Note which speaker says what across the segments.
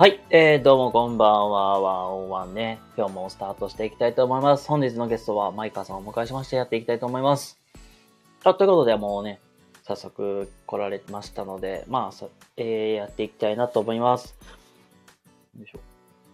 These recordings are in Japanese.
Speaker 1: はい、どうもこんばんは、ワンオンワンね。今日もスタートしていきたいと思います。本日のゲストはマイカさんをお迎えしましてやっていきたいと思います。ということで、もうね、早速来られましたので、やっていきたいなと思います。よいしょ。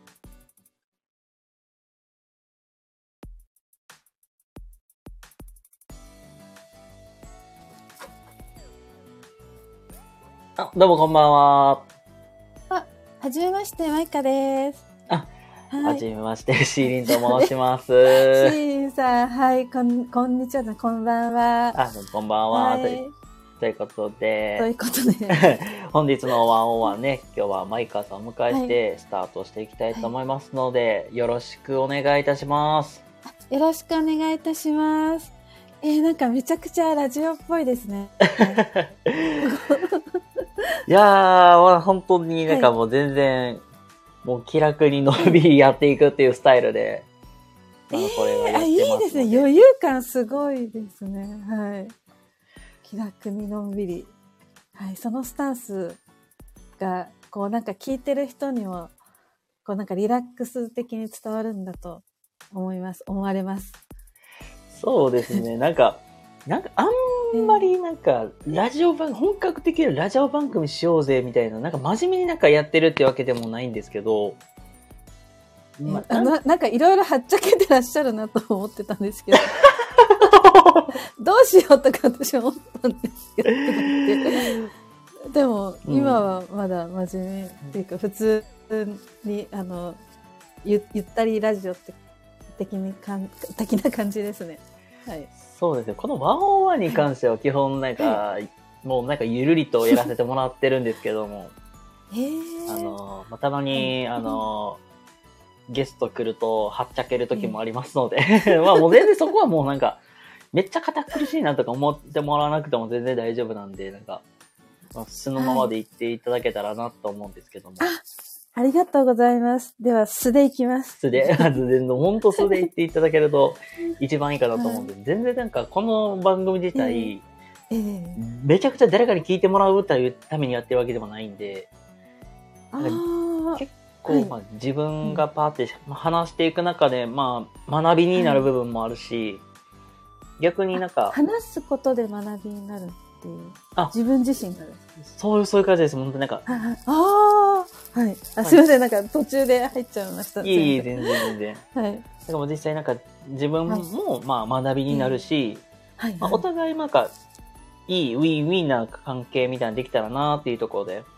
Speaker 1: どうもこんばんは。
Speaker 2: はじめまして、マイカです。
Speaker 1: はじめまして、シーリンと申します。シ
Speaker 2: ーリンさん、はい、こんにちは、こんばんは。
Speaker 1: こんばんは。はい、ということで、本日のワンオンワンね、今日はマイカさんを迎えしてスタートしていきたいと思いますので、よろしくお願いいたします。
Speaker 2: よろしくお願いいたします。なんかめちゃくちゃラジオっぽいですね。
Speaker 1: いやー、本当になんかもう全然、もう気楽にのんびりやっていくっていうスタイルで、
Speaker 2: これがやってますので。いいですね。余裕感すごいですね。はい。気楽にのんびり。はい。そのスタンスが、こうなんか聞いてる人にも、こうなんかリラックス的に伝わるんだと思われます。
Speaker 1: そうですね。なんかあんまりなんか、本格的なラジオ番組しようぜみたいな、なんか真面目になんかやってるってわけでもないんですけど、
Speaker 2: なんかいろいろはっちゃけてらっしゃるなと思ってたんですけど。どうしようとか私は思ったんですけど。でも、今はまだ真面目っていうか、普通に、ゆったりラジオ的な感じですね。はい。
Speaker 1: そうですね。このワンオンワンに関しては基本なんか、もうなんかゆるりとやらせてもらってるんですけども、たまに、ゲスト来るとはっちゃける時もありますので、もう全然そこはもうなんか、めっちゃ堅苦しいなとか思ってもらわなくても全然大丈夫なんで、なんか、素のままで言っていただけたらなと思うんですけども。
Speaker 2: ありがとうございます。では、素でいきます。
Speaker 1: 素で、本当素で言っていただけると一番いいかなと思うんで、全然なんかこの番組自体、めちゃくちゃ誰かに聞いてもらうというためにやってるわけでもないんで、結構自分がパーって話していく中で、学びになる部分もあるし、逆になんか。
Speaker 2: 話すことで学びになるっていう。自分自身がです。
Speaker 1: そういう感じです。本当なんか。
Speaker 2: はい。すいません。なんか途中で入っちゃいました。
Speaker 1: いい、全然。
Speaker 2: はい。
Speaker 1: だからもう実際なんか自分も学びになるし、お互いなんかいいウィンウィンな関係みたいなのできたらなっていうところで。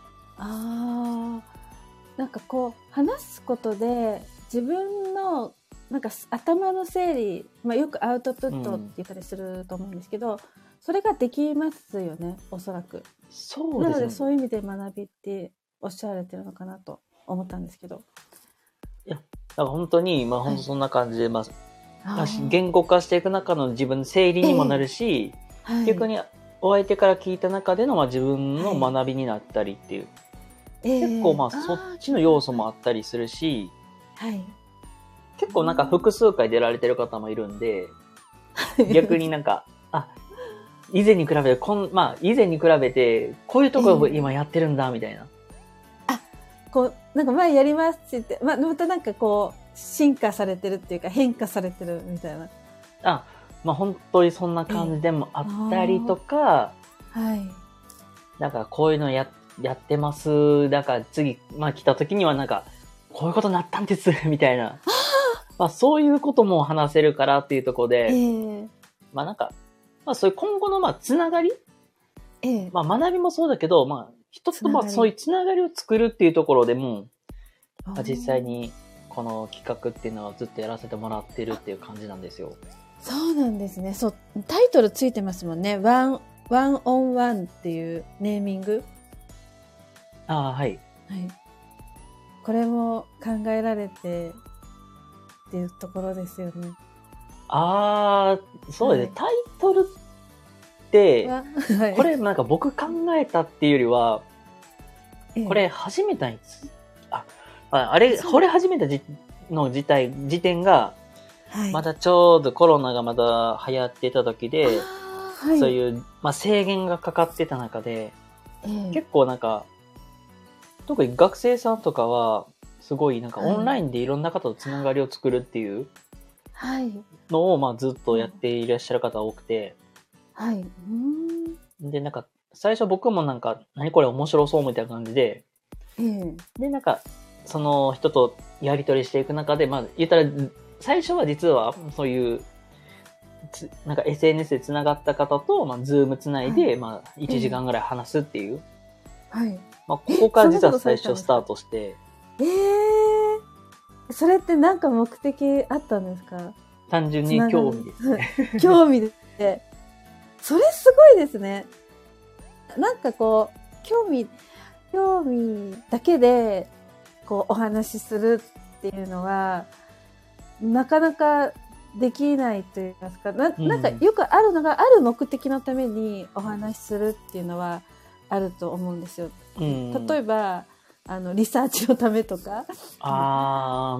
Speaker 2: なんかこう話すことで自分のなんか頭の整理、よくアウトプットって言ったりすると思うんですけど、それができますよね、おそらく。
Speaker 1: そうですね。
Speaker 2: なのでそういう意味で学びっておっしゃられてるのかなと思ったんですけど。
Speaker 1: いや、だから本当に、本当そんな感じで、言語化していく中の自分の整理にもなるし、逆にお相手から聞いた中での自分の学びになったりっていう。結構そっちの要素もあったりするし、結構なんか複数回出られてる方もいるんで、逆になんか、以前に比べて、こういうところを今やってるんだ、みたいな。
Speaker 2: なんか前やりますって言って、またなんかこう、進化されてるっていうか変化されてるみたいな。
Speaker 1: 本当にそんな感じでもあったりとか、なんかこういうのやってます。だから次、来た時にはなんか、こういうことになったんです、みたいな。そういうことも話せるからっていうところで、なんか、そういう今後のつながり、学びもそうだけど、一つとそういうつながりを作るっていうところでも、実際にこの企画っていうのはずっとやらせてもらってるっていう感じなんですよ。
Speaker 2: そうなんですね。そう、タイトルついてますもんね。ワンオンワンっていうネーミング。
Speaker 1: はい。
Speaker 2: これも考えられてっていうところですよね。
Speaker 1: そうですね。タイトルって、これなんか僕考えたっていうよりは、これ始めたんです。これ始めた時点が、まだちょうどコロナがまだ流行ってた時で、そういう、制限がかかってた中で、結構なんか、 特に学生さんとかは、すごいなんかオンラインでいろんな方とつながりを作るっていうのを、まあずっとやっていらっしゃる方多くて。
Speaker 2: はい。
Speaker 1: で、なんか、最初僕もなんか、何これ面白そうみたいな感じで、で、なんか、その人とやり取りしていく中で、まあ言ったら、最初は実はそういう、なんか SNS でつながった方と、まあ、ズームつないで、まあ、1時間ぐらい話すっていう。
Speaker 2: はい。
Speaker 1: まあ、ここから実は最初スタートして。
Speaker 2: それって何か目的あったんですか？
Speaker 1: 単純に興味ですね。
Speaker 2: 興味で。それすごいですね。なんかこう、興味だけで、こう、お話しするっていうのは、なかなかできないと言いますか、なんかよくあるのが、ある目的のためにお話しするっていうのはあると思うんですよ。例えば、リサーチのためとか。はい。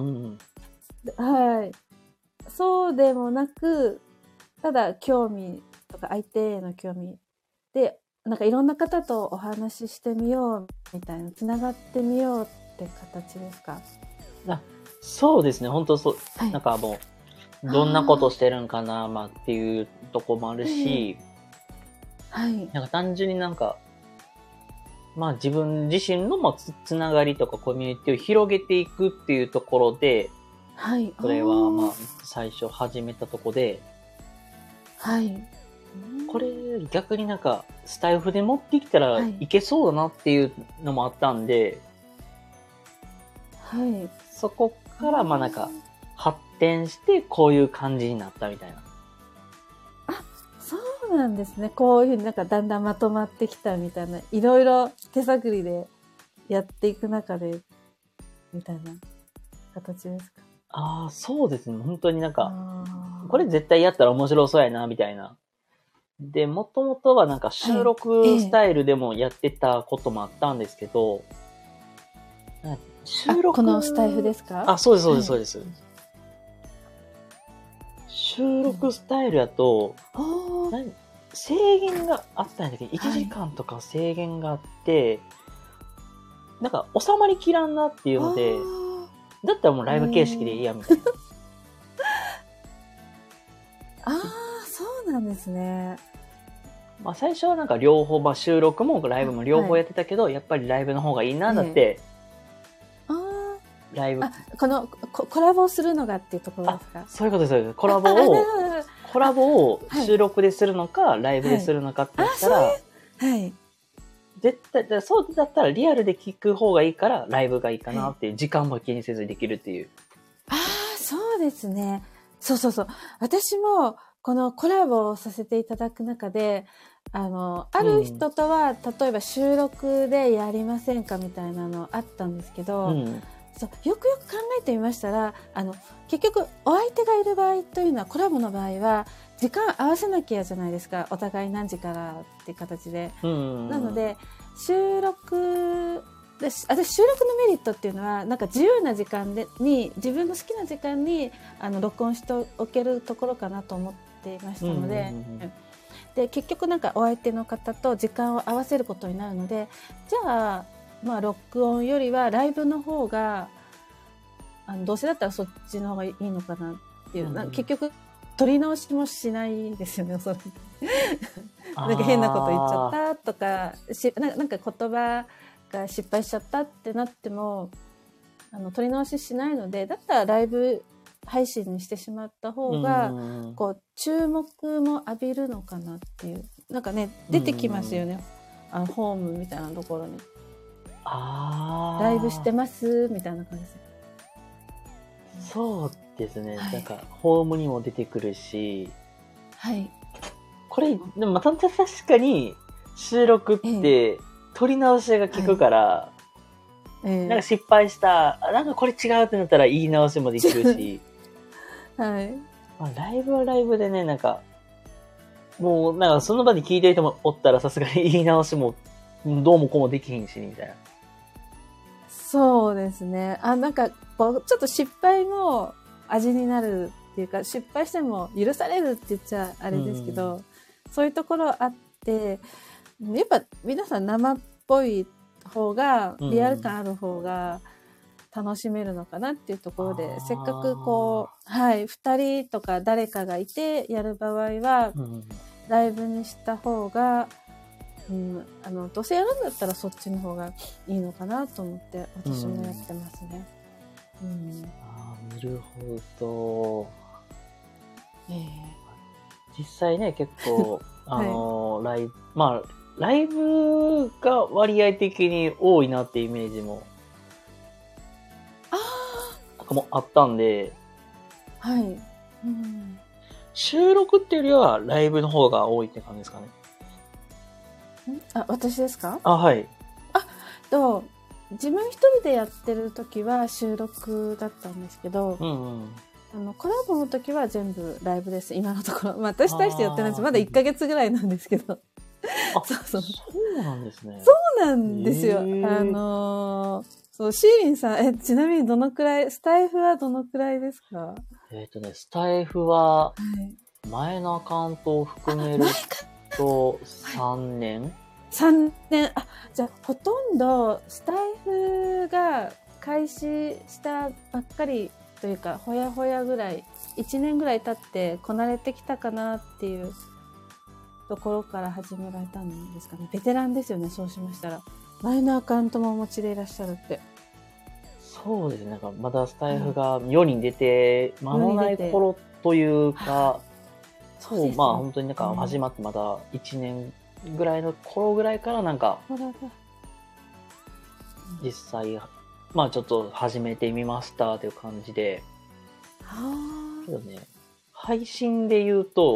Speaker 2: そうでもなく、ただ興味とか相手への興味で、なんかいろんな方とお話ししてみようみたいな、つながってみようって形ですか？
Speaker 1: そうですね、本当そう、はい、なんかもう、どんなことしてるんかな、まあっていうとこもあるし、
Speaker 2: はい。
Speaker 1: なんか単純になんか、まあ自分自身のつながりとかコミュニティを広げていくっていうところで、
Speaker 2: はい。
Speaker 1: それはまあ最初始めたとこで、
Speaker 2: はい。
Speaker 1: これ逆になんかスタイフで持ってきたらいけそうだなっていうのもあったんで、
Speaker 2: はい。
Speaker 1: そこからまあなんか発展してこういう感じになったみたいな。
Speaker 2: そうなんですね。こういうふうになんかだんだんまとまってきたみたいな、いろいろ手探りでやっていく中で、みたいな形ですか？
Speaker 1: そうですね。本当になんか、これ絶対やったら面白そうやな、みたいな。で、もともとはなんか収録スタイルでもやってたこともあったんですけど、
Speaker 2: 収録このスタイフですか？
Speaker 1: そうです、そうです、そうです。収録スタイルやと、制限があったんだけど、1時間とか制限があって、なんか収まりきらんなっていうので、だったらもうライブ形式でいいや、みたいな。
Speaker 2: そうなんですね。
Speaker 1: まあ最初はなんか両方、まあ収録もライブも両方やってたけど、やっぱりライブの方がいいな、だって、ライブ。
Speaker 2: このコラボするのがっていうところですか？
Speaker 1: そういうことです、そういうことです。コラボを収録でするのか、ライブでするのかって言ったら、はい。絶対、そうだったらリアルで聞く方がいいから、ライブがいいかなっていう、時間も気にせずにできるっていう。
Speaker 2: そうですね。そうそうそう。私も、このコラボをさせていただく中で、ある人とは、例えば収録でやりませんかみたいなのあったんですけど、そうよくよく考えてみましたら、結局お相手がいる場合というのは、コラボの場合は時間合わせなきゃじゃないですか。お互い何時からっていう形で。なので収録で、私収録のメリットっていうのは、なんか自由な時間に自分の好きな時間に録音しておけるところかなと思っていましたので、で結局なんかお相手の方と時間を合わせることになるので、じゃあまあ録音よりはライブの方がどうせだったらそっちの方がいいのかなっていう、結局取り直しもしないですよね、おそらく。なんか変なこと言っちゃったとか、なんか言葉が失敗しちゃったってなっても取り直ししないので、だったらライブ配信にしてしまった方がこう注目も浴びるのかなっていう、なんかね出てきますよね、ホームみたいなところにライブしてますみたいな感じです。
Speaker 1: そうですね、なんかホームにも出てくるし、これでもまた確かに収録って撮り直しが効くから、なんか失敗した、なんかこれ違うってなったら言い直しもできるし、まあ、ライブはライブでね、なんかもうなんかその場で聞いてる人もおったらさすがに言い直しもどうもこうもできひんしみたいな。
Speaker 2: そうですね。なんかこうちょっと失敗も味になるっていうか、失敗しても許されるって言っちゃあれですけど、そういうところあって、やっぱ皆さん生っぽい方が、
Speaker 1: うん
Speaker 2: リアル感ある方が楽しめるのかなっていうところで、せっかくこう、はい、二人とか誰かがいてやる場合は、ライブにした方が、どうせやるんだったらそっちの方がいいのかなと思って私もやってますね。
Speaker 1: なるほど。実際ね、結構、ライブ、まあ、ライブが割合的に多いなってイメージも、もあったんで、
Speaker 2: はい。
Speaker 1: 収録っていうよりはライブの方が多いって感じですかね。
Speaker 2: 私ですか？
Speaker 1: はい。
Speaker 2: 自分一人でやってる時は収録だったんですけど、コラボの時は全部ライブです、今のところ。まあ、私大してやってないです。まだ1ヶ月ぐらいなんですけど。
Speaker 1: そうなんですね。
Speaker 2: そうなんですよ。そう、シーリンさん、ちなみにどのくらい、スタイフはどのくらいですか？
Speaker 1: スタイフは、前のアカウントを含めると3年
Speaker 2: ？3年。じゃあ、ほとんど、スタイフが開始したばっかりというか、ほやほやぐらい、1年ぐらい経ってこなれてきたかなっていうところから始められたんですかね。ベテランですよね、そうしましたら。前のアカウントもお持ちでいらっしゃるって。
Speaker 1: そうですね。なんかまだスタイフが世に出て間もない頃というか、そう、まあ本当になんか始まってまだ1年ぐらいの頃ぐらいからなんか、実際、まあちょっと始めてみましたという感じで。けどね、配信で言うと、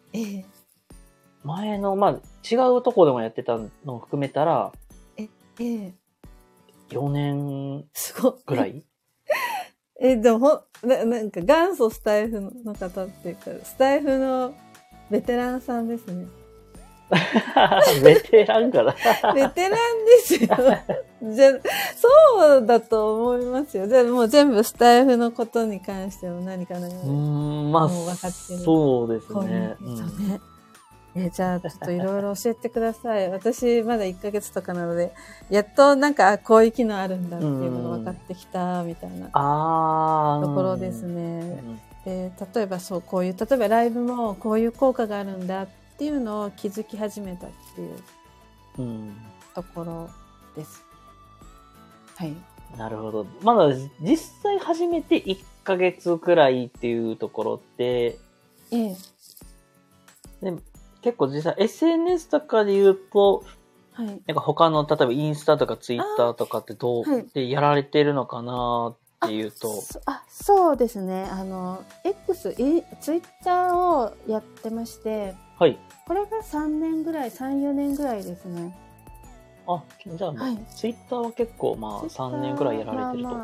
Speaker 1: 前の、まあ違うとこでもやってたのを含めたら、4年ぐらい
Speaker 2: でもなんか元祖スタイフの方っていうか、スタイフのベテランさんですね。
Speaker 1: ベテランかな
Speaker 2: ベテランですよ。じゃ、そうだと思いますよ。じゃあもう全部スタイフのことに関しても何か
Speaker 1: まあ、
Speaker 2: もう分かってる。
Speaker 1: そうですね。
Speaker 2: じゃあちょっといろいろ教えてください。私まだ1ヶ月とかなので、やっとなんかこういう機能あるんだっていうのが分かってきたみたいなところですね。で、例えば例えばライブもこういう効果があるんだっていうのを気づき始めたっていうところです。はい。
Speaker 1: なるほど。まだ実際始めて1ヶ月くらいっていうところって、で結構実際 SNS とかで言うと、なんか他の例えばインスタとかツイッターとかってどうでやられてるのかなっていうと、
Speaker 2: そうですね。ツイッターをやってまして、これが3年ぐらい、3、4年ぐらいですね。
Speaker 1: じゃあ、ツイッターは結構まあ3年ぐらいやられてると。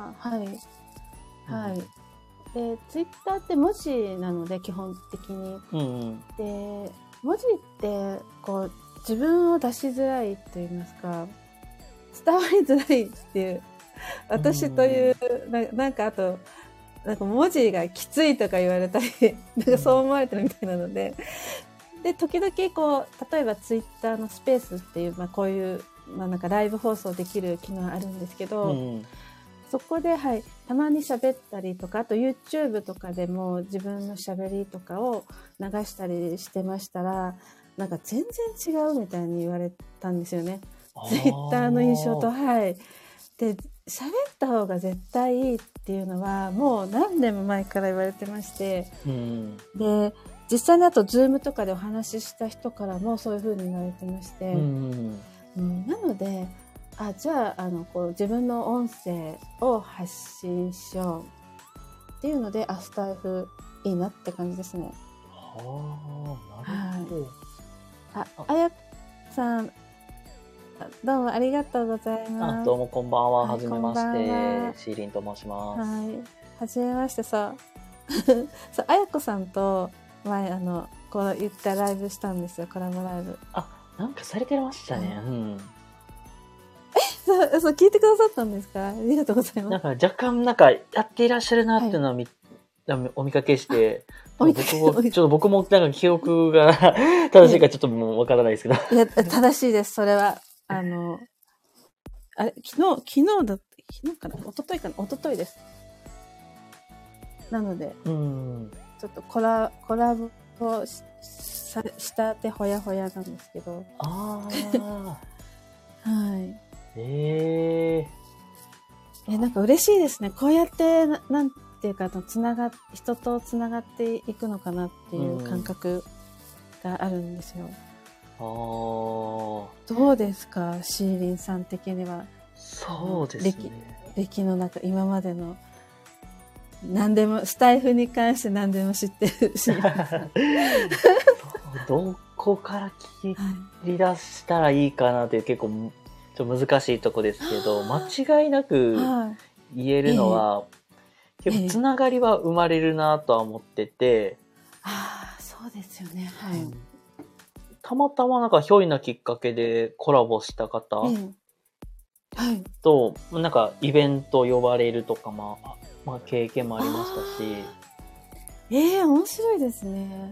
Speaker 2: で、ツイッターって文字なので基本的に。で、文字ってこう自分を出しづらいと言いますか、伝わりづらいっていう、私というなんかあとなんか文字がきついとか言われたりなんかそう思われてるみたいなので、で時々こう例えばツイッターのスペースっていう、こういう、なんかライブ放送できる機能あるんですけど、そこでたまに喋ったりとか、あと YouTube とかでも自分の喋りとかを流したりしてましたら、なんか全然違うみたいに言われたんですよね。Twitter の印象と。で、喋った方が絶対いいっていうのはもう何年も前から言われてまして、で、実際にあと Zoom とかでお話しした人からもそういう風に言われてまして、なので、じゃあ、こう自分の音声を発信しようっていうので、スタイフいいなって感じですね。
Speaker 1: なるほど。
Speaker 2: あやさん、どうもありがとうございます。
Speaker 1: どうもこんばんは。はじめまして。シーリンと申します。
Speaker 2: はじめまして。そう、あやこさんと前、こう言ったライブしたんですよ。コラボライブ。
Speaker 1: なんかされてましたね。
Speaker 2: そう、聞いてくださったんですか？ありがとうございます。
Speaker 1: なんか若干なんかやっていらっしゃるなっていうのをお見かけして、僕もなんか記憶が正しいかちょっともうわからないですけど。
Speaker 2: いや、正しいです、それは。 あれ、昨日かな一昨日かな一昨日です。なので、ちょっとコラボしたてほやほやなんですけど。
Speaker 1: あ
Speaker 2: あ。はい。なんか嬉しいですね。こうやって、なんていうか、人とつながっていくのかなっていう感覚があるんですよ。どうですか、シーリンさん的には。
Speaker 1: そうですね。
Speaker 2: 歴の中、今までの、何でも、スタイフに関して何でも知ってるし。
Speaker 1: どこから切り出したらいいかなっていう結構ちょっと難しいとこですけど、間違いなく言えるのは、結構つながりは生まれるなとは思ってて。
Speaker 2: そうですよね。はい。
Speaker 1: たまたまなんかひょいなきっかけでコラボした方と、なんかイベント呼ばれるとか、まあ経験もありましたし。
Speaker 2: 面白いですね。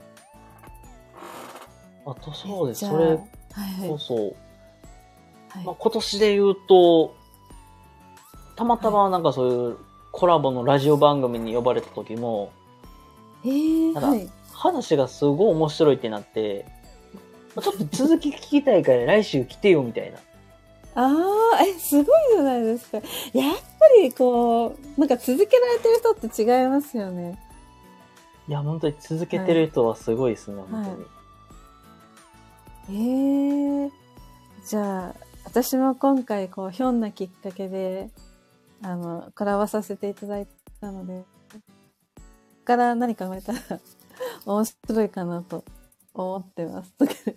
Speaker 1: あとそうです。それこそ、まあ、今年で言うと、たまたまなんかそういうコラボのラジオ番組に呼ばれた時も、なんか話がすごい面白いってなって、ちょっと続き聞きたいから来週来てよみたいな。
Speaker 2: すごいじゃないですか。やっぱりこう、なんか続けられてる人って違いますよね。
Speaker 1: いや、本当に続けてる人はすごいですね、本
Speaker 2: 当に。じゃあ、私も今回、こう、ひょんなきっかけで、コラボさせていただいたので、ここから何か生まれたら面白いかなと思ってます。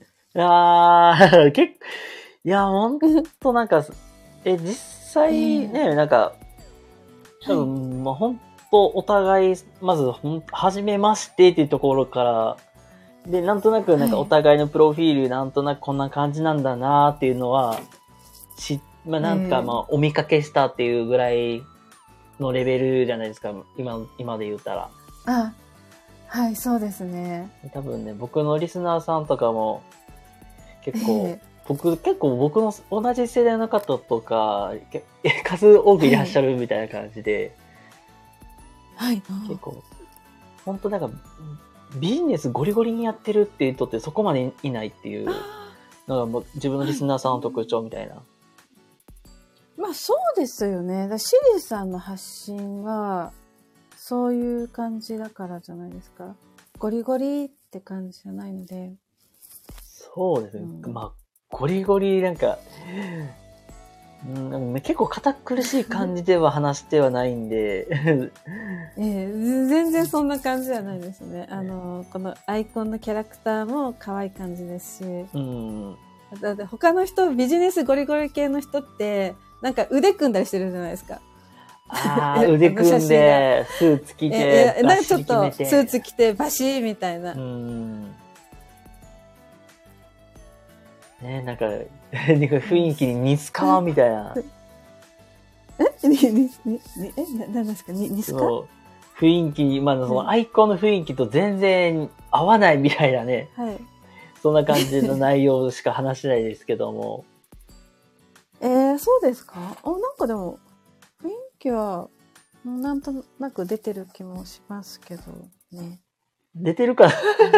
Speaker 1: いや、ほんとなんか、実際ね、なんか、多分、まあ、ほんとお互い、まず、初めましてっていうところから、で、なんとなく、なんかお互いのプロフィール、なんとなくこんな感じなんだなっていうのは、まあ、なんか、まあ、お見かけしたっていうぐらいのレベルじゃないですか、今で言ったら。
Speaker 2: はい、そうですね。
Speaker 1: 多分ね、僕のリスナーさんとかも、結構僕の同じ世代の方とか、数多くいらっしゃるみたいな感じで、結構、本当なんか、ビジネスゴリゴリにやってるっていう人ってそこまでいないっていうのがもう自分のリスナーさんの特徴みたいな。
Speaker 2: まあそうですよね。シリさんの発信がそういう感じだからじゃないですか。ゴリゴリって感じじゃないので。
Speaker 1: そうですね。まあ、ゴリゴリなんか、結構堅苦しい感じでは話してはないんで。
Speaker 2: 全然そんな感じじゃないですね。このアイコンのキャラクターも可愛い感じですし。だって他の人、ビジネスゴリゴリ系の人って、なんか腕組んだりしてるじゃないですか。
Speaker 1: 腕組んで、スーツ着て、
Speaker 2: なんかちょっとスーツ着てバシーみたいな。
Speaker 1: ね、なんか雰囲気に似つかわみたいな。
Speaker 2: 何ですか似つか？
Speaker 1: 雰囲気、まあ、そのアイコンの雰囲気と全然合わないみたいなね。そんな感じの内容しか話してないですけども。
Speaker 2: そうですか？なんかでも、雰囲気は、なんとなく出てる気もしますけどね。
Speaker 1: 出てるかな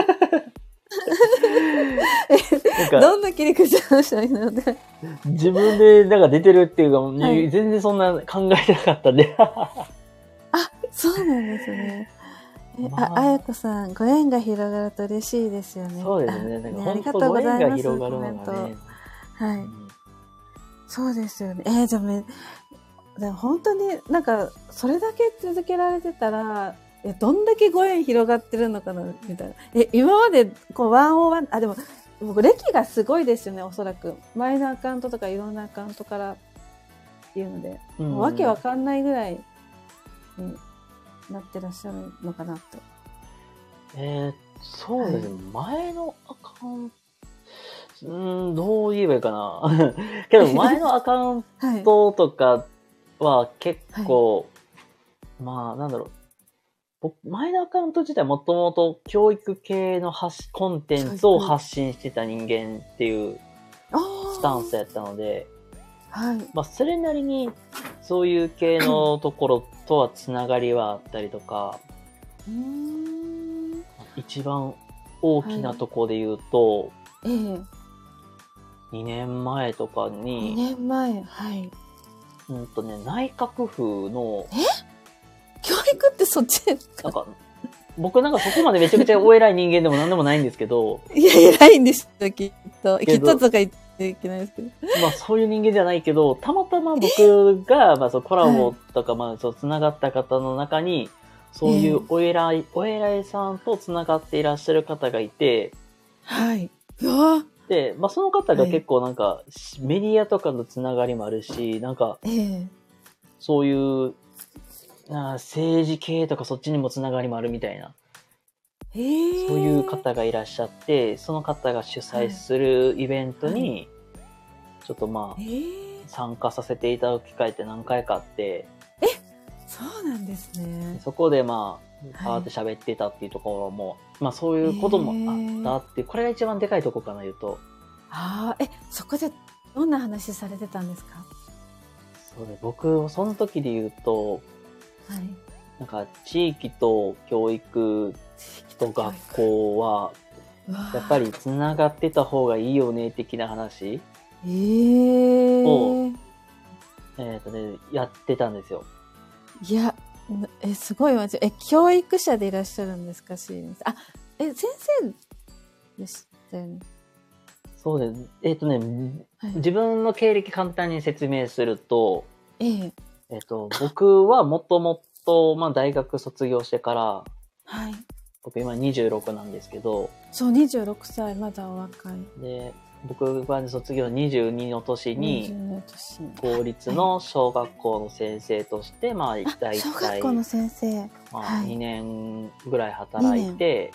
Speaker 2: どんな切り口をしたいので。
Speaker 1: 自分でなんか出てるっていうか、全然そんな考えてなかったんで。
Speaker 2: そうなんですね。あやこさん、ご縁が広がると嬉しいですよね。
Speaker 1: そうですね。なんか
Speaker 2: ありがとうございます。
Speaker 1: ご縁が広がるのがね。
Speaker 2: そうですよね。じゃあ本当になんか、それだけ続けられてたら、どんだけご縁広がってるのかな、みたいな。今まで、こう、101、でも、僕、歴がすごいですよね、おそらく。前のアカウントとかいろんなアカウントからっていうので、もうわけわかんないぐらいになってらっしゃるのかなと。
Speaker 1: そうですね。前のアカウント、どう言えばいいかな。けど、前のアカウントとかは結構、まあ、なんだろう。前のアカウント自体もともと教育系のコンテンツを発信してた人間っていうスタンスやったので、
Speaker 2: はい。
Speaker 1: まあ、それなりに、そういう系のところとはつながりはあったりとか、一番大きなところで言うと、
Speaker 2: ええ。
Speaker 1: 2年前とかに、
Speaker 2: 2年前、はい。
Speaker 1: 内閣府の、
Speaker 2: 教育ってそっちですか？
Speaker 1: なんか、僕なんかそこまでめちゃくちゃお偉い人間でも何でもないんですけど、
Speaker 2: いや、偉いんでしょ、きっと。きっととか言っていけないですけど。
Speaker 1: まあそういう人間じゃないけど、たまたま僕が、まあそうコラボとか、まあそう繋がった方の中に、そういうお偉いさんと繋がっていらっしゃる方がいて、
Speaker 2: はい。うわ
Speaker 1: で、まあその方が結構なんか、メディアとかの繋がりもあるし、なんか、そういう、政治系とかそっちにも繋がりもあるみたいな。そういう方がいらっしゃって、その方が主催するイベントに、ちょっとまあ、参加させていただく機会って何回かあって、
Speaker 2: そうなんですね。
Speaker 1: そこでまあ、パーって喋ってたっていうところも、まあそういうこともあったっていう、これが一番でかいとこかな言うと。
Speaker 2: そこでどんな話されてたんですか？
Speaker 1: そうで、僕、その時で言うと、なんか地域と教育と学校は、やっぱりつながってた方がいいよね、的な話を、やってたんですよ。
Speaker 2: いや、すごいわ。教育者でいらっしゃるんですか、シーンさん。先生でしたよね。
Speaker 1: そうです。自分の経歴簡単に説明すると、僕はもともと、まあ大学卒業してから、僕今26なんですけど、
Speaker 2: そう、26歳、まだお若い。
Speaker 1: で、僕が卒業22の年に、公立の小学校の先生として、まあ、大体、
Speaker 2: 小学校の先生。
Speaker 1: まあ、2年ぐらい働いて、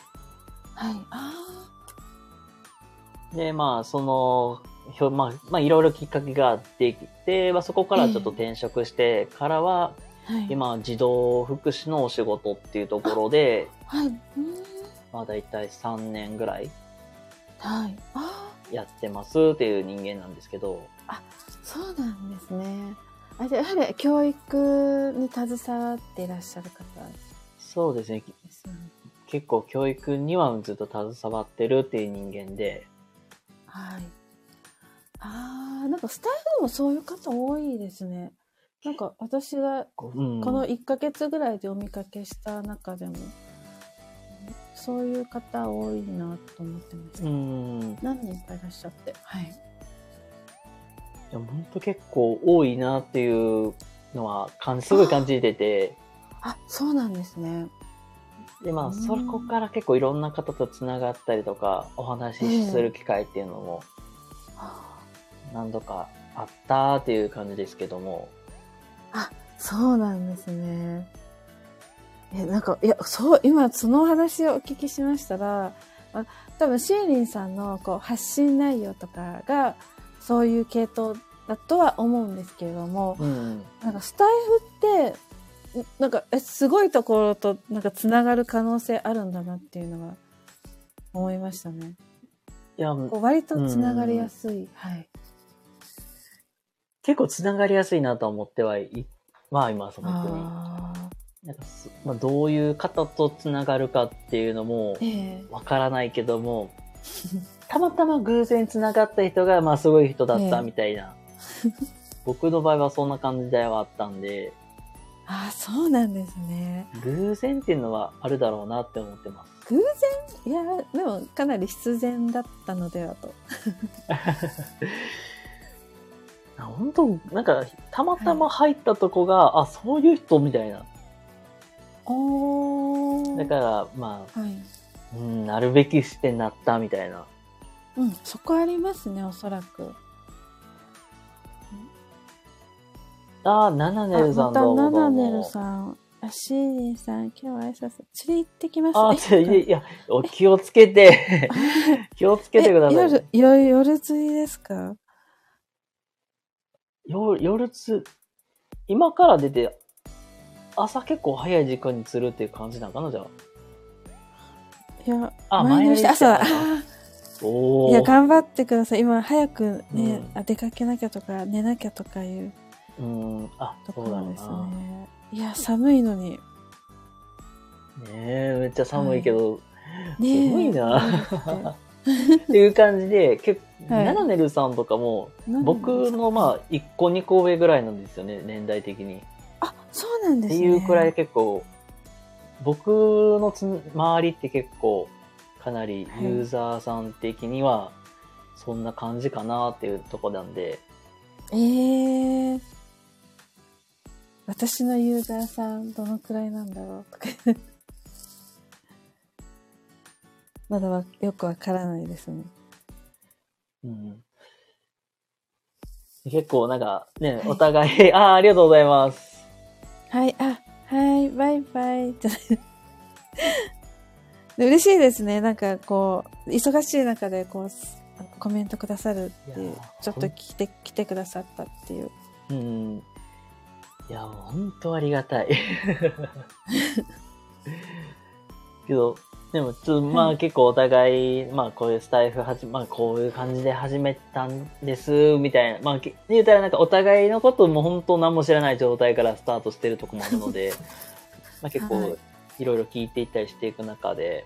Speaker 1: で、まあ、まあ、いろいろきっかけがあってきて、まあ、そこからちょっと転職してからは、今、児童福祉のお仕事っていうところで、まあ、だいたい3年ぐらい、やってますっていう人間なんですけど。
Speaker 2: そうなんですね。やはり教育に携わっていらっしゃる方。
Speaker 1: そうですね。結構教育にはずっと携わってるっていう人間で。
Speaker 2: なんかスタイフでもそういう方多いですね。なんか私がこの1ヶ月ぐらいでお見かけした中でも、そういう方多いなと思ってました。何人かいらっしゃって。
Speaker 1: いや、本当結構多いなっていうのはすごい感じてて。
Speaker 2: そうなんですね。
Speaker 1: で、まあ、そこから結構いろんな方とつながったりとか、お話しする機会っていうのも、何度かあったっていう感じですけども。
Speaker 2: そうなんですね。なんか、今そのお話をお聞きしましたら、多分シーリンさんの発信内容とかが、そういう系統だとは思うんですけれども、なんかスタイフって、なんか、すごいところと、なんかつながる可能性あるんだなっていうのが、思いましたね。いや、割とつながりやすい。
Speaker 1: 結構つながりやすいなと思ってはいます、本当に。なんかまあ、どういう方とつながるかっていうのも、わからないけども、たまたま偶然つながった人が、まあすごい人だったみたいな。僕の場合はそんな感じではあったんで。
Speaker 2: そうなんですね。
Speaker 1: 偶然っていうのはあるだろうなって思ってます。
Speaker 2: 偶然？いや、でもかなり必然だったのではと。
Speaker 1: 本当なんか、たまたま入ったとこが、そういう人みたいな。だから、まあ、なるべきしてなったみたいな。
Speaker 2: そこありますね、おそらく。
Speaker 1: ナナネルさんどうも。
Speaker 2: ナナネルさん。シーリンさん、今日は挨拶。釣り行ってきます。
Speaker 1: いや、気をつけて。気をつけてください。
Speaker 2: 夜釣りですか？
Speaker 1: 夜釣り、今から出て、朝結構早い時間に釣るっていう感じなのかな、じゃあ。
Speaker 2: いや、前の日朝だ。
Speaker 1: おー。
Speaker 2: いや、頑張ってください。今、早くね、
Speaker 1: うん
Speaker 2: 出かけなきゃとか、寝なきゃとかいう
Speaker 1: あ、
Speaker 2: と
Speaker 1: そうだろう
Speaker 2: ころです
Speaker 1: な。
Speaker 2: ね。いや、寒いのに。
Speaker 1: ねえ、めっちゃ寒いけど、
Speaker 2: ね
Speaker 1: すごい
Speaker 2: え、
Speaker 1: な。
Speaker 2: 寒いですって
Speaker 1: っていう感じで、
Speaker 2: はい
Speaker 1: ナナネルさんとかも、僕のまあ、1個2個上ぐらいなんですよね、年代的に。
Speaker 2: あ、そうなんですね。
Speaker 1: っていうくらい結構、僕の周りって結構、かなりユーザーさん的には、そんな感じかなっていうとこなんで。
Speaker 2: 私のユーザーさん、どのくらいなんだろうとか。まだよくわからないですね。
Speaker 1: うん、結構なんかね、
Speaker 2: はい、
Speaker 1: お互い、ありがとうございます。
Speaker 2: はい、はい、バイバイ。嬉しいですね。なんかこう、忙しい中でこう、コメントくださるっていう、ちょっと来てくださったっていう。
Speaker 1: うん。いや、本当ありがたい。けど、でも、まあ結構お互い、まあこういうスタイフまあこういう感じで始めたんです、みたいな。まあ言うたらなんかお互いのことも本当何も知らない状態からスタートしてるとこもあるので、まあ結構いろいろ聞いていったりしていく中で、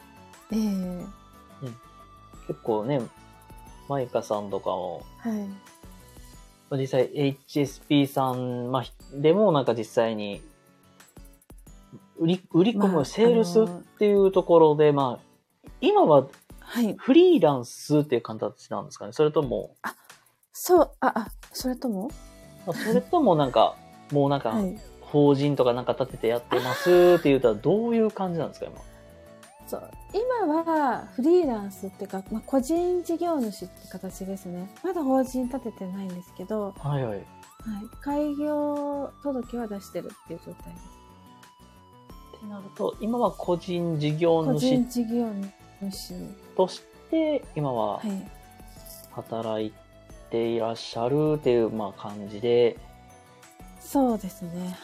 Speaker 1: 結構ね、マイカさんとかも、実際 HSP さん、まあ、でもなんか実際に売り込むセールスっていうところで、まあ、今はフリーランスっていう形なんですかね、それとも。
Speaker 2: それとも
Speaker 1: それともなんか、もうなんか、法人とかなんか立ててやってますって言うたらどういう感じなんですか、今。
Speaker 2: そう。今はフリーランスっていうか、まあ、個人事業主って形ですね。まだ法人立ててないんですけど、開業届は出してるっていう状態です。
Speaker 1: ってなると、今は個人事業主として今は働いていらっしゃるっていうまあ感じで、
Speaker 2: そうですね。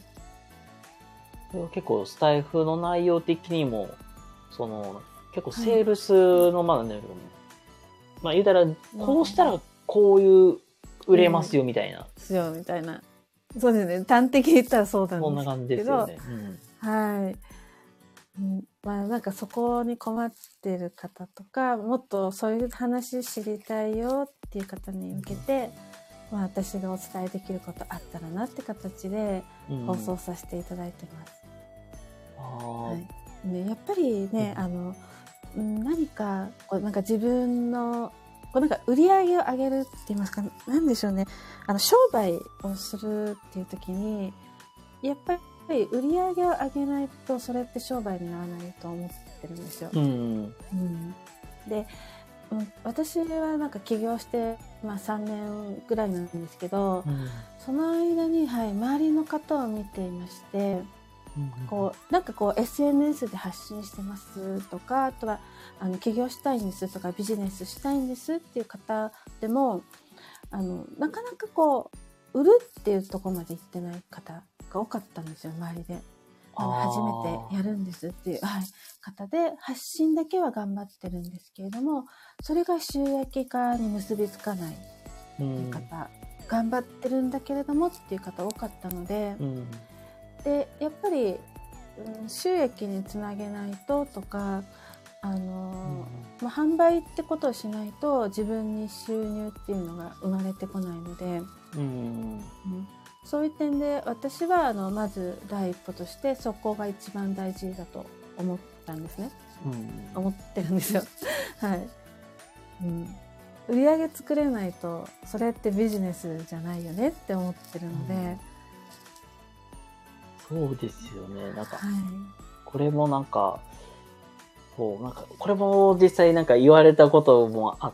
Speaker 1: 結構スタイフの内容的にも結構セールスのまあね、まあ言うたらこうしたらこういう売れますよみたいな。
Speaker 2: そうですね。端的に言ったらそうなんですけど。
Speaker 1: そんな感じですよね。
Speaker 2: まあなんかそこに困ってる方とか、もっとそういう話知りたいよっていう方に向けて、まあ私がお伝えできることあったらなって形で放送させていただいてます。やっぱりね、何かこうなんか自分のこうなんか売り上げを上げるって言いますか、なんでしょうね、商売をするっていう時にやっぱり売り上げを上げないとそれって商売にならないと思ってるんですよ。で、私はなんか起業して、まあ、3年ぐらいなんですけど、その間に、周りの方を見ていまして、なんかこう SNS で発信してますとか、あとは起業したいんですとかビジネスしたいんですっていう方でもなかなかこう売るっていうところまで行ってない方が多かったんですよ、周りで。初めてやるんですっていう、方で発信だけは頑張ってるんですけれども、それが収益化に結びつかないっていう方、頑張ってるんだけれどもっていう方多かったので、でやっぱり、収益につなげないととか販売ってことをしないと自分に収入っていうのが生まれてこないので、そういう点で私はまず第一歩としてそこが一番大事だと思ったんですね。思ってるんですよ。売り上げ作れないとそれってビジネスじゃないよねって思ってるので。
Speaker 1: そうですよね。なんか、これもなんか、これも実際なんか言われたこともあって、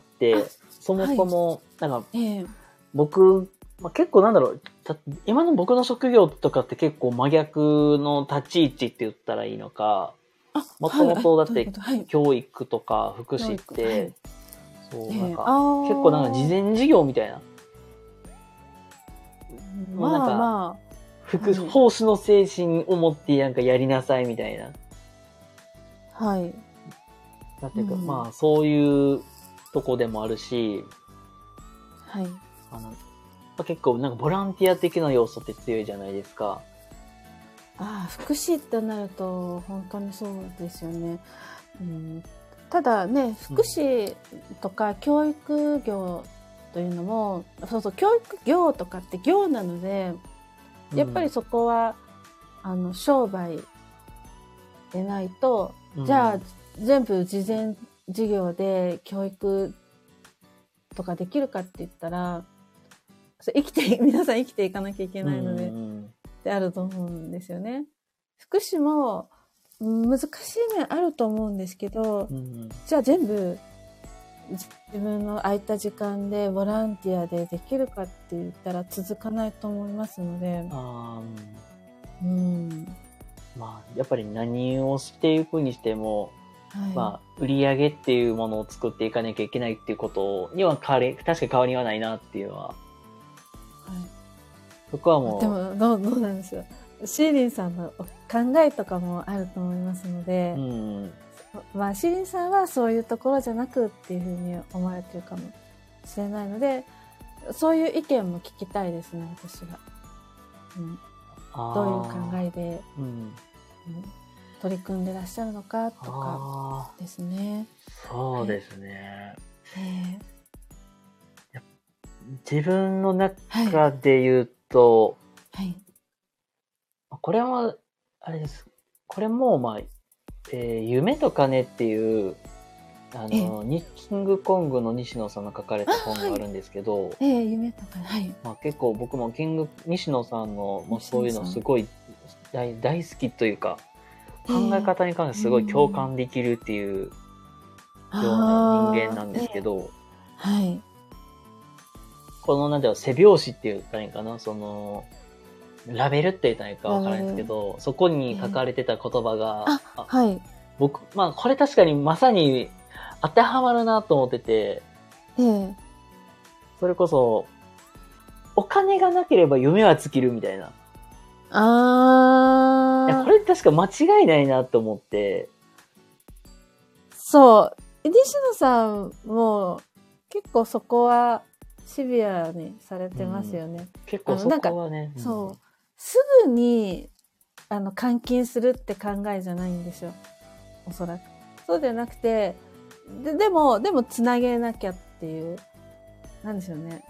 Speaker 1: そもそも、なんか、僕、結構なんだろう、今の僕の職業とかって結構真逆の立ち位置って言ったらいいのか、もともとだって教育とか福祉って、なんか、結構なんか慈善事業みたいな。奉仕の精神を持ってなんかやりなさいみたいな。 なんていうか、まあそういうとこでもあるし、
Speaker 2: はい。
Speaker 1: 結構なんかボランティア的な要素って強いじゃないですか。
Speaker 2: ああ、福祉ってなると本当にそうですよね。ただね、福祉とか教育業というのも、そうそう、教育業とかって業なので、やっぱりそこは、商売でないと、じゃあ全部慈善事業で教育とかできるかって言ったら、皆さん生きていかなきゃいけないので、であると思うんですよね。福祉も難しい面あると思うんですけど、じゃあ全部自分の空いた時間でボランティアでできるかって言ったら続かないと思いますので、
Speaker 1: まあやっぱり何をしていくにしても、
Speaker 2: はい、
Speaker 1: まあ売り上げっていうものを作っていかなきゃいけないっていうことには確か変わりはないなっていうのは、はい、そこはもう。
Speaker 2: でもどうなんですよ。シーリンさんの考えとかもあると思いますので、まあシーリンさんはそういうところじゃなくっていうふうに思われてるかもしれないので、そういう意見も聞きたいですね、私は。どういう考えで、取り組んでらっしゃるのかとかですね。
Speaker 1: そうですね。自分の中で言うと、これは、あれです。これも、まあ、夢と金っていう、キングコングの西野さんの書かれた本があるんですけど、
Speaker 2: 夢と金、はい。
Speaker 1: まあ、結構僕も西野さんの、まあ、そういうのすごい大好きというか、考え方に関してすごい共感できるっていうような人間なんですけど、
Speaker 2: はい。
Speaker 1: この、なんていうの、背拍子っていうかいいかな、ラベルって言ったらいいかわからないんですけど、そこに書かれてた言葉が、
Speaker 2: はい。
Speaker 1: まあ、これ確かにまさに当てはまるなと思ってて、それこそ、お金がなければ夢は尽きるみたいな。いや、これ確か間違いないなと思って。
Speaker 2: そう。西野さんも結構そこはシビアにされてますよね。
Speaker 1: 結構そこはね。
Speaker 2: そう。すぐに、換金するって考えじゃないんですよ。おそらく。そうじゃなくて、でも、つなげなきゃっていう、なんでしょうね。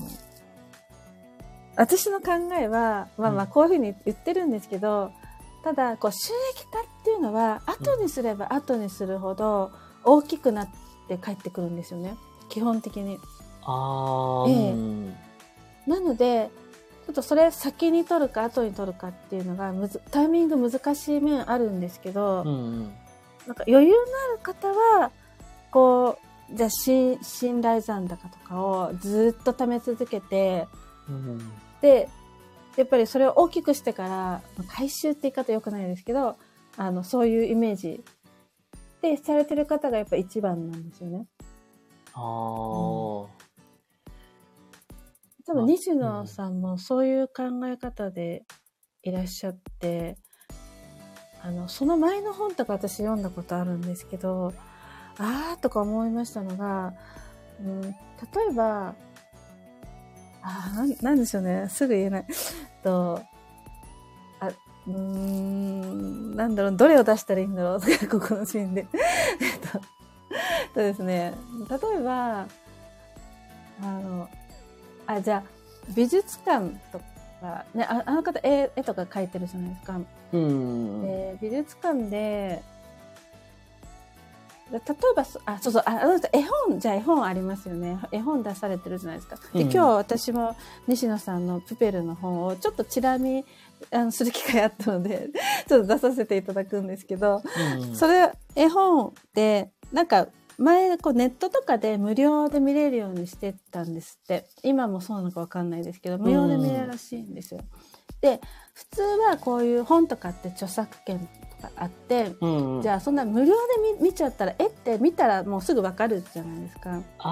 Speaker 2: 私の考えは、まあこういうふうに言ってるんですけど、ただ、こう、収益化っていうのは、後にすれば後にするほど大きくなって帰ってくるんですよね。基本的に。なので、ちょっとそれ先に取るか後に取るかっていうのがタイミング難しい面あるんですけど、なんか余裕のある方は、こう、じゃあ信頼残高とかをずっと貯め続けて、で、やっぱりそれを大きくしてから、回収って言い方良くないですけど、そういうイメージでされてる方がやっぱ一番なんですよね。多分西野さんもそういう考え方でいらっしゃって、その前の本とか私読んだことあるんですけど、とか思いましたのが、例えば、なんでしょうね。すぐ言えない。なんだろう、どれを出したらいいんだろうここのシーンで。ですね。例えば、じゃあ、美術館とか、ね、あの方絵とか描いてるじゃないですか。美術館で、例えば、そうそう、絵本ありますよね。絵本出されてるじゃないですか。で、今日私も西野さんのプペルの本をちょっとチラ見する機会あったので、ちょっと出させていただくんですけど、それ、絵本で、なんか、前、ネットとかで無料で見れるようにしてたんですって。今もそうなのかわかんないですけど、無料で見れるらしいんですよ。で、普通はこういう本とかって著作権とかあって、じゃあそんな無料で見ちゃったら、絵って見たらもうすぐわかるじゃないですか。だから、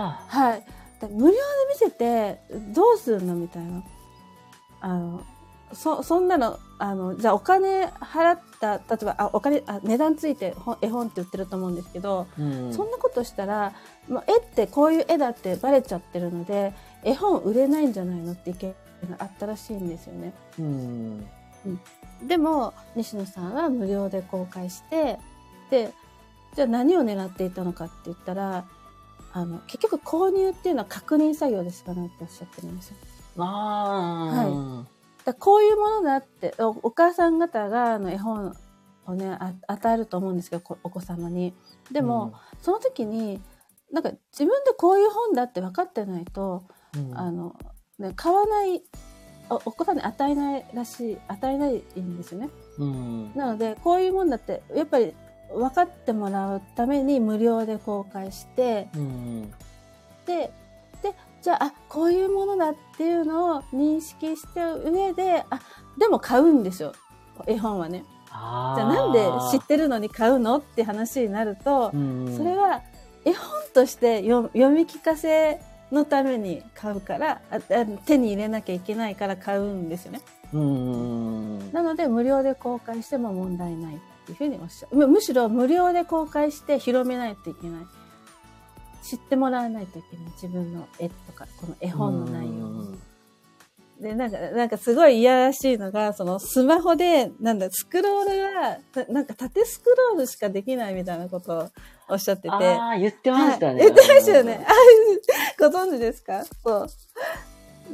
Speaker 2: はい。無料で見せてどうするのみたいな。 そんなの、じゃあお金払った、例えば、値段ついて絵本って売ってると思うんですけど、そんなことしたら、絵ってこういう絵だってバレちゃってるので、絵本売れないんじゃないのって意見があったらしいんですよね。でも、西野さんは無料で公開して、で、じゃあ何を狙っていたのかって言ったら、結局購入っていうのは確認作業でしかないっておっしゃってるんですよ。はい。だこういうものだって、お母さん方が絵本をね、与えると思うんですけど、お子様に。でも、その時に、なんか自分でこういう本だって分かってないと、買わない、お子さんに与えないんですよね。なので、こういうもんだって、やっぱり分かってもらうために無料で公開して、で、じゃあ、こういうものだっていうのを認識した上で、でも買うんですよ。絵本はね。じゃあなんで知ってるのに買うのって話になると、それは絵本として読み聞かせのために買うから、手に入れなきゃいけないから買うんですよね。なので無料で公開しても問題ないっていうふうにおっしゃる。むしろ無料で公開して広めないといけない。知ってもらわないといけない。自分の絵とか、この絵本の内容。で、なんかすごいいやらしいのが、そのスマホで、スクロールが、なんか縦スクロールしかできないみたいなことをおっしゃってて。
Speaker 1: 言ってましたね。
Speaker 2: 言ってましたよね。ご存知ですか？そう。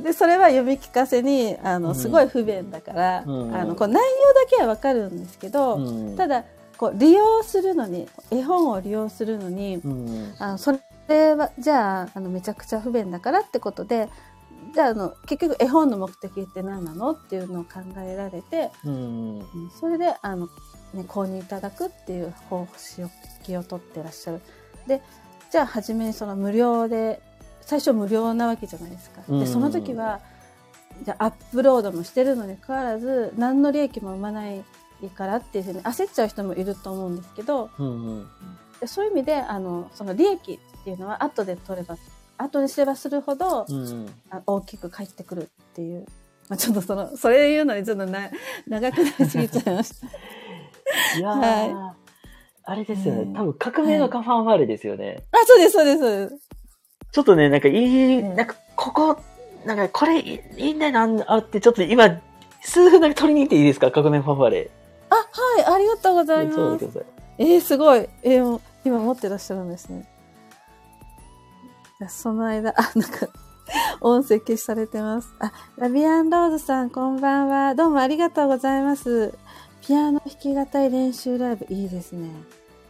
Speaker 2: で、それは読み聞かせに、すごい不便だから、こう内容だけはわかるんですけど、ただ、こう利用するのに、絵本を利用するのに、それはじゃあめちゃくちゃ不便だからってことで、じゃあ結局絵本の目的って何なのっていうのを考えられて、それで購入いただくっていう方式を取ってらっしゃる。で、じゃあ初めにその無料で、最初無料なわけじゃないですか。で、その時はじゃあアップロードもしてるのにかかわらず何の利益も生まないからっていうふうに焦っちゃう人もいると思うんですけど、そういう意味でその利益っていうのは後にすればするほど、大きく返ってくるっていう、ちょっとそれ言うのにちょっと長くなりすぎちゃいました。
Speaker 1: いやー、あれですよね。多分革命のファンファーレですよね。
Speaker 2: そうです、そうです、そうです。
Speaker 1: ちょっとね、なんかここ、なんかこれいいんだよな、って、ちょっと今、数分だけ取りに行っていいですか？革命ファンファーレ。
Speaker 2: はい、ありがとうございます。
Speaker 1: そうです。
Speaker 2: すごい。今持ってらっしゃるんですね。その間、なんか、音声消しされてます。ラビアンローズさん、こんばんは。どうもありがとうございます。ピアノ弾き語り練習ライブ、いいですね。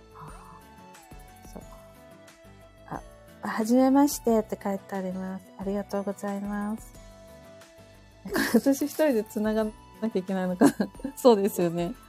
Speaker 2: はじめましてって書いてあります。ありがとうございます。私一人で繋がなきゃいけないのかな。そうですよね。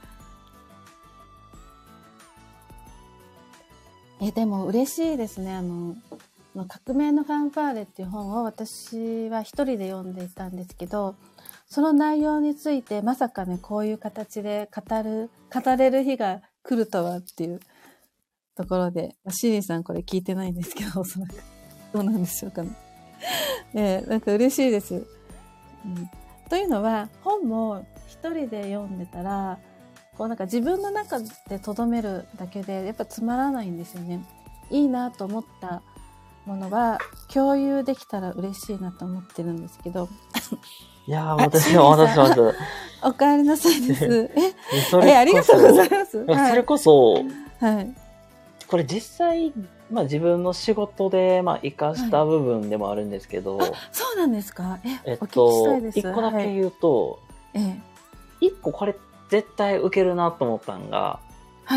Speaker 2: でも嬉しいですね。革命のファンファーレっていう本を私は一人で読んでいたんですけど、その内容についてまさかね、こういう形で語れる日が来るとはっていうところで、シリーさんこれ聞いてないんですけど、おそらくどうなんでしょうかね。なんか嬉しいです。というのは、本も一人で読んでたら、こうなんか自分の中で留めるだけでやっぱつまらないんですよね。いいなと思ったものは共有できたら嬉しいなと思ってるんですけど。
Speaker 1: いやー、私も話しました。
Speaker 2: お帰りなさいです。ありがとうございます。
Speaker 1: それこそ、
Speaker 2: はい。
Speaker 1: これ実際、自分の仕事で、活かした部分でもあるんですけど。
Speaker 2: そうなんですか？お聞きしたいです。
Speaker 1: 一個だけ言うと、一個これ絶対受けるなと思ったのが、
Speaker 2: はい。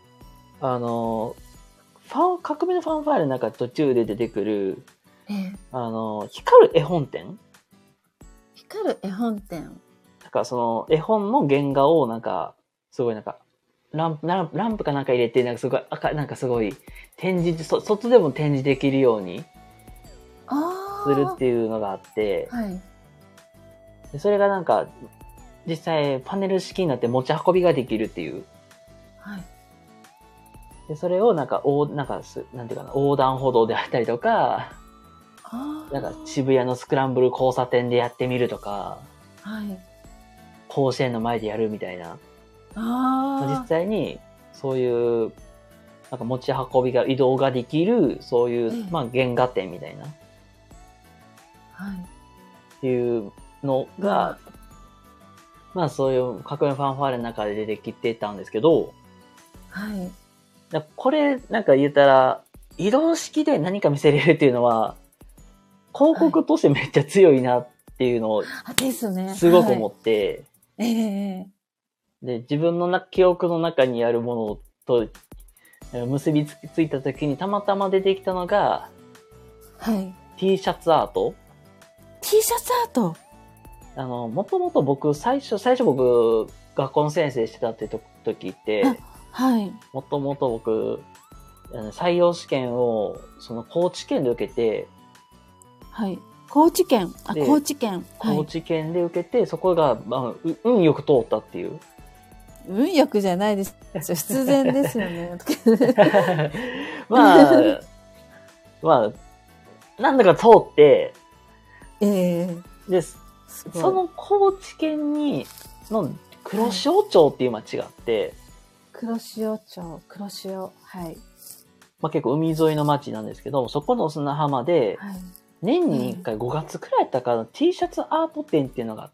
Speaker 1: 革命のファンファーレの中途中で出てくる、光る絵本展？
Speaker 2: 光る絵本展。
Speaker 1: なんかその絵本の原画をすごいランプかなんか入れて、すごいすごい展示、外でも展示できるようにするっていうのがあって、でそれが実際パネル式になって持ち運びができるっていう。でそれをなんていうかな、横断歩道であったりとか、渋谷のスクランブル交差点でやってみるとか、 甲子園の前でやるみたいな。
Speaker 2: あ
Speaker 1: 実際に、そういう、なんか持ち運びが、移動ができる、そういう、まあ原画展みたいな。
Speaker 2: はい。
Speaker 1: っていうのが、まあそういう革命ファンファーレの中で出てきてたんですけど、
Speaker 2: はい。
Speaker 1: これなんか言ったら、移動式で何か見せれるっていうのは、広告としてめっちゃ強いなっていうのを、
Speaker 2: ですね。
Speaker 1: すごく思って、
Speaker 2: ええ
Speaker 1: で、自分の記憶の中にあるものと結びついた時にたまたま出てきたのが、
Speaker 2: はい。
Speaker 1: T シャツアート。
Speaker 2: T シャツアート
Speaker 1: もともと僕、最初僕、学校の先生してたって時って、
Speaker 2: はい。
Speaker 1: もともと僕、採用試験を、高知県で受けて、
Speaker 2: はい。高知県。高知県。
Speaker 1: 高知県で受けて、そこが、まあ、運よく通ったっていう。
Speaker 2: 運よくじゃないです。必然ですよね。
Speaker 1: まあ、なんだか通って、で、その高知県の黒潮町っていう町があって、
Speaker 2: 黒潮町、黒潮。はい。
Speaker 1: まあ結構海沿いの町なんですけど、そこの砂浜で、年に1回5月くらいやったかな、T シャツアート展っていうのがあって、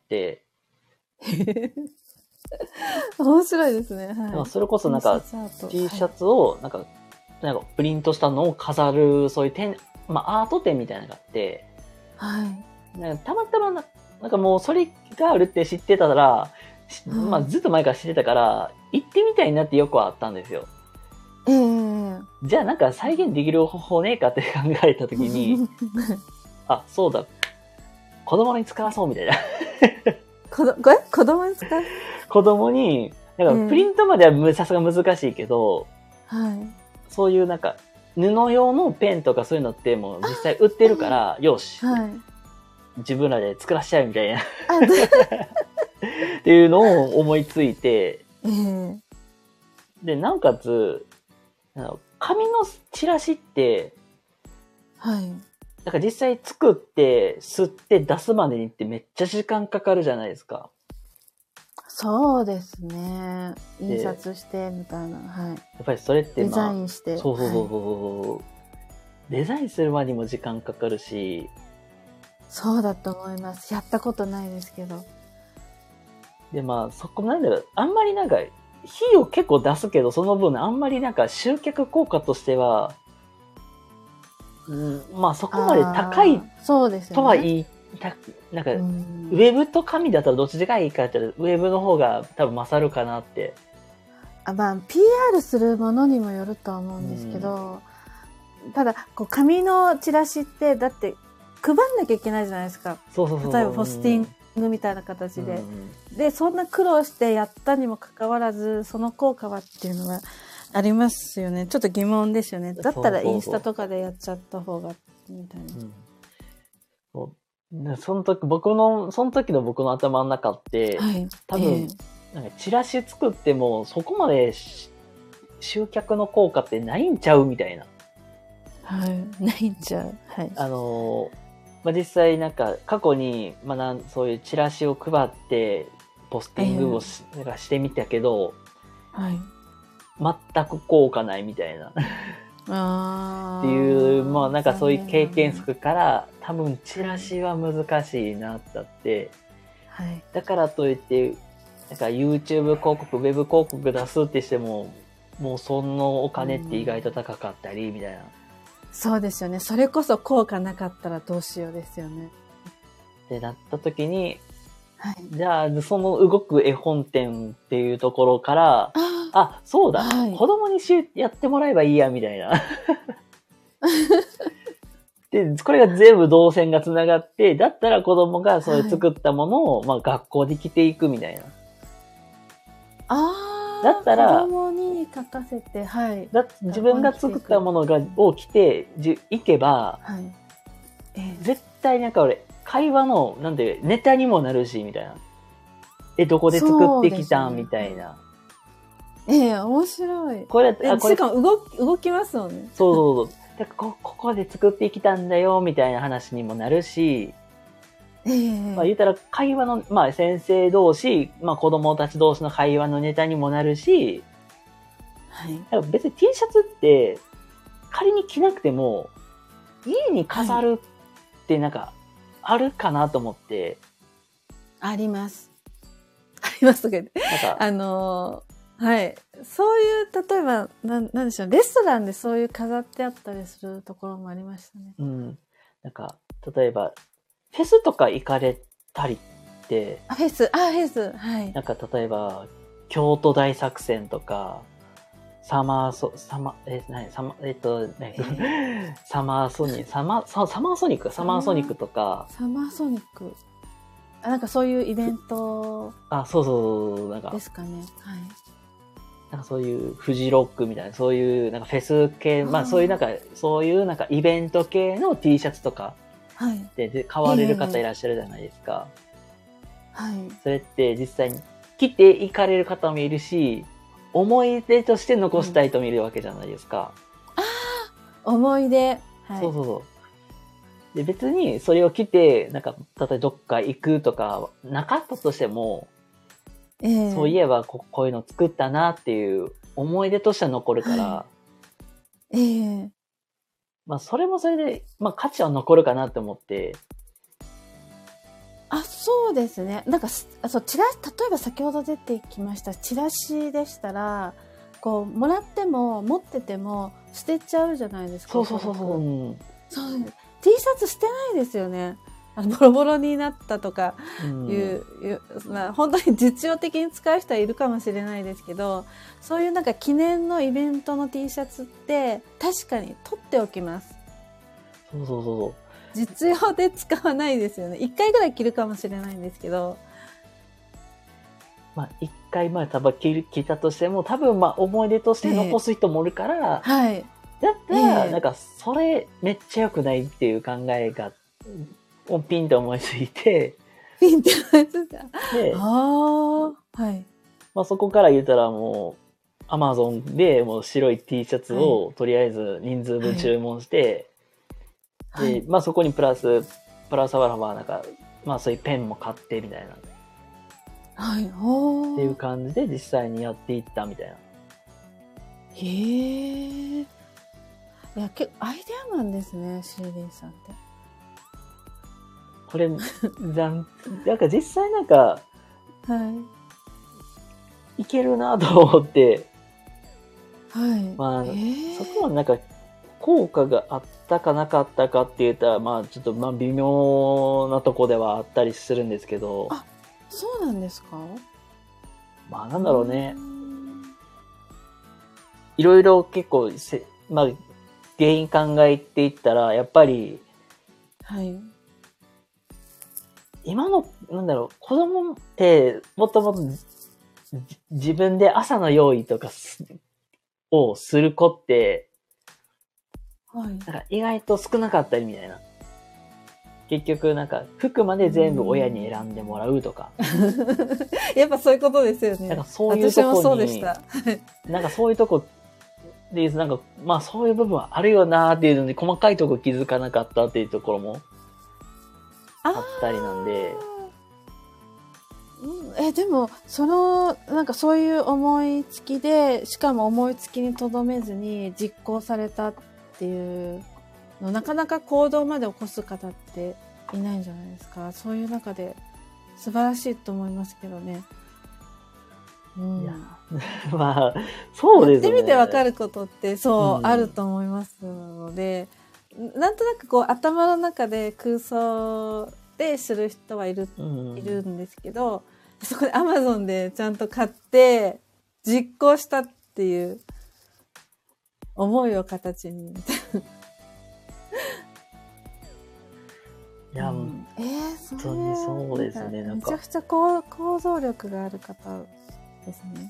Speaker 2: 面白いですね。はい。
Speaker 1: それこそなんか T シャツをなんかプリントしたのを飾る、そういう展、まあアート展みたいなのがあって、
Speaker 2: はい。
Speaker 1: たまたまなんかもうそれがあるって知ってたら、まあずっと前から知ってたから、行ってみたいなってよくはあったんですよ。じゃあなんか再現できる方法ねえかって考えたときに、あ、そうだ。子供に使わそうみたいな。
Speaker 2: 子供に使う
Speaker 1: 子供に、なんかプリントまではさすが難しいけど、そういうなんか布用のペンとかそういうのってもう実際売ってるから、よし、自分らで作らしちゃうみたいな。っていうのを思いついて、で、なおかつ、紙のチラシって、なんか実際作って、吸って出すまでにってめっちゃ時間かかるじゃないですか。
Speaker 2: そうですね。印刷してみたいな。はい。や
Speaker 1: っぱりそれって、
Speaker 2: デザインして。
Speaker 1: そう。デザインするまでにも時間かかるし。
Speaker 2: そうだと思います。やったことないですけど。
Speaker 1: で、まあ、そこなんだろう。あんまりなんか、火を結構出すけど、その分、あんまりなんか集客効果としては、まあそこまで高いとは言いたく、なんか、ウェブと紙だったらどっちがいいかって言ったら、ウェブの方が多分勝るかなって。
Speaker 2: まあ、PR するものにもよるとは思うんですけど、ただ、こう、紙のチラシって、だって、配んなきゃいけないじゃないですか。
Speaker 1: そう。
Speaker 2: 例えば、ポスティングみたいな形で。で、そんな苦労してやったにもかかわらず、その効果はっていうのは、ありますよね。ちょっと疑問ですよね。だったらインスタとかでやっちゃった方が、みたい
Speaker 1: な。その時の僕の頭の中って、多分、なんかチラシ作ってもそこまで集客の効果ってないんちゃうみたいな。
Speaker 2: ないんちゃう。
Speaker 1: まあ、実際なんか過去に、まあ、そういうチラシを配ってポスティングをしてみたけど、全く効果ないみたいなっていう、まあなんかそういう経験則から多分チラシは難しいなってあって、だからといってなんか YouTube 広告、Web 広告出すってしても、もうそのお金って意外と高かったりみたいな。
Speaker 2: そうですよね。それこそ効果なかったらどうしようですよね。
Speaker 1: ってなった時に、じゃあその動く絵本店っていうところから、そうだ、子供にやってもらえばいいやみたいな。で、これが全部動線がつながって、だったら子供がそういう作ったものを、まあ学校で着ていくみたいな。だったら、
Speaker 2: 子供に書かせて、
Speaker 1: 自分が作ったものを着ていけば、絶対なんか俺、会話の、なんてネタにもなるし、みたいな。どこで作ってきたん、みたいな。
Speaker 2: 面白い。しかも動きますもんね。
Speaker 1: そう。ここで作ってきたんだよ、みたいな話にもなるし、 まあ言ったら会話の、まあ先生同士、まあ子供たち同士の会話のネタにもなるし、
Speaker 2: はい。
Speaker 1: だから別に T シャツって仮に着なくても家に飾るってなんかあるかなと思って。
Speaker 2: あります。ありますとか言って。
Speaker 1: なん
Speaker 2: かはい。そういう、例えば、なんでしょう、レストランでそういう飾ってあったりするところもありましたね。
Speaker 1: うん。なんか、例えば、フェスとか行かれたりって、
Speaker 2: フェス、はい。
Speaker 1: なんか例えば、京都大作戦とか、サマーソニックとか。
Speaker 2: サマーソニック。なんかそういうイベント。
Speaker 1: そう、なんか。
Speaker 2: ですかね。はい。
Speaker 1: なんかそういうフジロックみたいな、そういうなんかフェス系、まあそういうなんかイベント系の T シャツとかで買われる方いらっしゃるじゃないですか。
Speaker 2: はい。
Speaker 1: それって実際に着て行かれる方もいるし、思い出として残したいと見るわけじゃないですか。
Speaker 2: 思い出。
Speaker 1: はい。そう。で、別にそれを着て、なんか、例えばどっか行くとかなかったとしても、そういえばこういうの作ったなっていう思い出としては残るから、まあそれもそれで、まあ価値は残るかなって思って。
Speaker 2: そうですね。なんか、例えば先ほど出てきましたチラシでしたら、こう、もらっても持ってても捨てちゃうじゃないですか。
Speaker 1: そう。
Speaker 2: そう。T シャツ捨てないですよね。ボロボロになったとかまあ、本当に実用的に使う人はいるかもしれないですけど、そういうなんか記念のイベントの T シャツって確かに取っておきます。
Speaker 1: そう。
Speaker 2: 実用で使わないですよね。一回ぐらい着るかもしれないんですけど。
Speaker 1: まあ一回多分着たとしても、多分まあ思い出として残す人もおるから、
Speaker 2: はい。
Speaker 1: だったら、なんかそれめっちゃ良くないっていう考えが、ピンと思いついて。
Speaker 2: ピンって思いついた。
Speaker 1: で、
Speaker 2: はい。
Speaker 1: まあそこから言ったらもう、Amazon でもう白い T シャツをとりあえず人数分注文して、で、まあそこにプラスアラファなんか、まあそういうペンも買ってみたいな。
Speaker 2: はい。
Speaker 1: っていう感じで実際にやっていったみたいな。
Speaker 2: へえ。いや、結構アイデアマンですね、シーリーさんって。
Speaker 1: これ、なんか実際なんか、いけるなと思って、まあ、そこはなんか、効果があったかなかったかって言ったら、まあちょっと微妙なとこではあったりするんですけど。
Speaker 2: あ、そうなんですか？
Speaker 1: まあなんだろうね。いろいろ結構まあ原因考えていったら、やっぱり、今の、なんだろう、子供ってもともと自分で朝の用意とかをする子って、なんか意外と少なかったりみたいな。結局なんか服まで全部親に選んでもらうとか。
Speaker 2: やっぱそういうことですよね。
Speaker 1: なんかそういうとこに、
Speaker 2: 私もそうでした。
Speaker 1: なんかそういうとこで、なんかまあそういう部分はあるよなーっていうので細かいとこ気づかなかったっていうところもあったりなんで。
Speaker 2: でもなんかそういう思いつきで、しかも思いつきにとどめずに実行されたっていうの、なかなか行動まで起こす方っていないんじゃないですか。そういう中で素晴らしいと思いますけどね。
Speaker 1: いやまあそうですね。
Speaker 2: やってみてわかることってあると思いますので、なんとなくこう頭の中で空想でする人はいるんですけど、そこで Amazon でちゃんと買って実行したっていう思いを形に。
Speaker 1: いや、本当にそうですね。
Speaker 2: めちゃくちゃ構造力がある方ですね。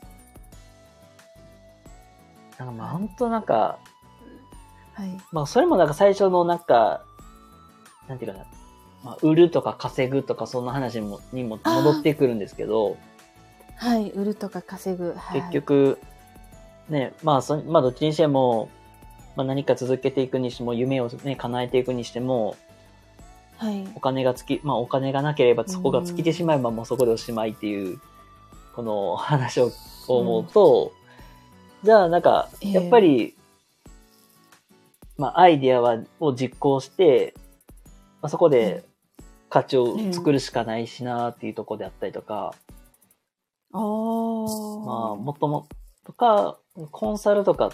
Speaker 1: なんかまあ本当なんか、まあそれもなんか最初のなんか、なんていうかな、まあ売るとか稼ぐとかそんな話にも戻ってくるんですけど、
Speaker 2: 売るとか稼ぐ。
Speaker 1: 結局、ね、まあどっちにしても、まあ何か続けていくにしても、夢をね、叶えていくにしても、
Speaker 2: はい。
Speaker 1: お金がお金がなければそこが尽きてしまえばもうそこでおしまいっていう、この話を思うと、じゃあなんか、やっぱり、アイディアを実行して、そこで価値を作るしかないしなっていうところであったりとか、もっともとか、コンサルとかって、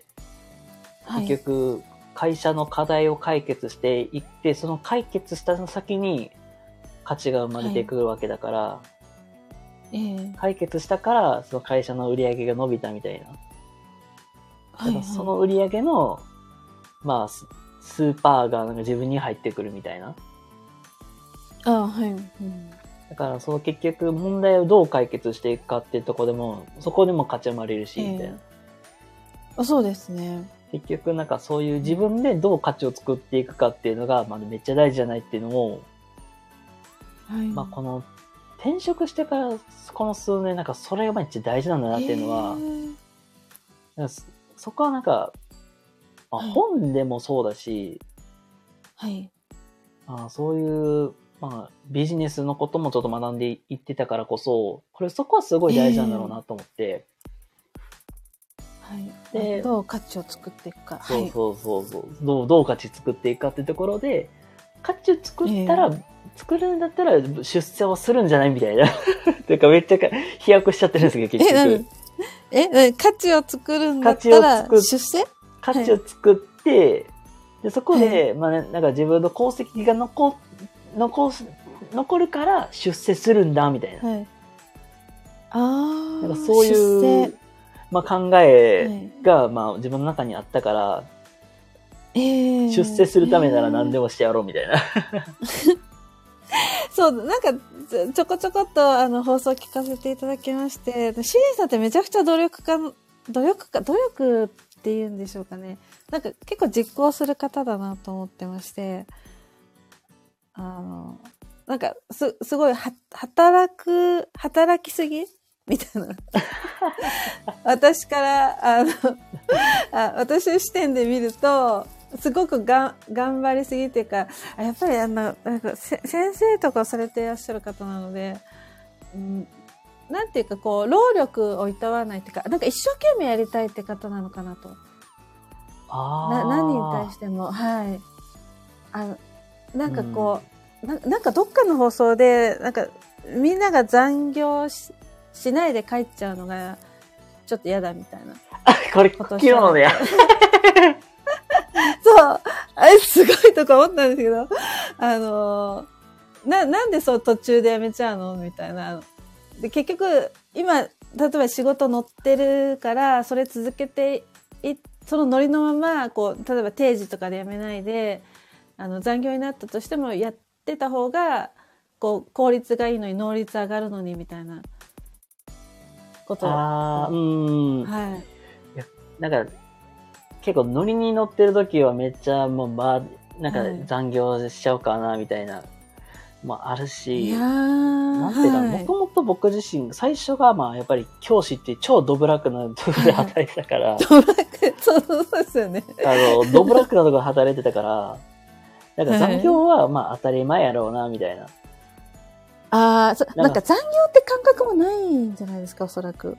Speaker 1: 結局、会社の課題を解決していって、その解決した先に価値が生まれてくるわけだから、解決したからその会社の売り上げが伸びたみたいな。その売り上げの、スーパーがなんか自分に入ってくるみたいな。だからその結局問題をどう解決していくかっていうところでも、そこでも価値生まれるし、みたいな。
Speaker 2: そうですね。
Speaker 1: 結局なんかそういう自分でどう価値を作っていくかっていうのが、めっちゃ大事じゃないっていうのを、この転職してからこの数年なんかそれがめっちゃ大事なんだなっていうのは、そこはなんか、本でもそうだし、そういう、ビジネスのこともちょっと学んでいってたからこそ、そこはすごい大事なんだろうなと思って、
Speaker 2: で、どう価値を作っていくか。
Speaker 1: どう価値作っていくかっていうところで、価値を作るんだったら出世をするんじゃないみたいな。てかめっちゃ飛躍しちゃってるんですけど、結
Speaker 2: 局。価値を作るんだったら出世？
Speaker 1: 価値を作って、でそこで、なんか自分の功績が残るから出世するんだみたいな。なんかそういう考えが自分の中にあったから、出世するためなら何でもしてやろうみたいな。
Speaker 2: そう、なんかちょこちょこっと放送聞かせていただきまして、シリさんってめちゃくちゃ努力っていうんでしょうかね。なんか結構実行する方だなと思ってまして、なんかすごい働きすぎみたいな。私から私の視点で見るとすごく頑張りすぎっていうか、やっぱりなんか先生とかをされていらっしゃる方なので、なんていうか労力をいとわないっていうか、なんか一生懸命やりたいって方なのかなと。何に対しても、なんかなんかどっかの放送で、なんかみんなが残業しないで帰っちゃうのがちょっと嫌だみたいな。
Speaker 1: これ昨日のや。
Speaker 2: そう。あれすごいとか思ったんですけど、なんでそう途中でやめちゃうのみたいな。で、結局、今、例えば仕事乗ってるから、それ続けてそのノリのまま、例えば定時とかでやめないで、残業になったとしてもやってた方が、効率がいいのに能率上がるのに、みたいなことを。
Speaker 1: なんか、結構ノリに乗ってる時はめっちゃもうなんか残業しちゃうかなみたいな、あるし、なんていうか、もともと僕自身、最初がやっぱり教師って超ドブラックなところで働いてたから、
Speaker 2: ドブラック、そうですよね。
Speaker 1: ドブラックなところで働いてたから、なんか残業は当たり前やろうなみたいな。
Speaker 2: なんか残業って感覚もないんじゃないですか、おそらく。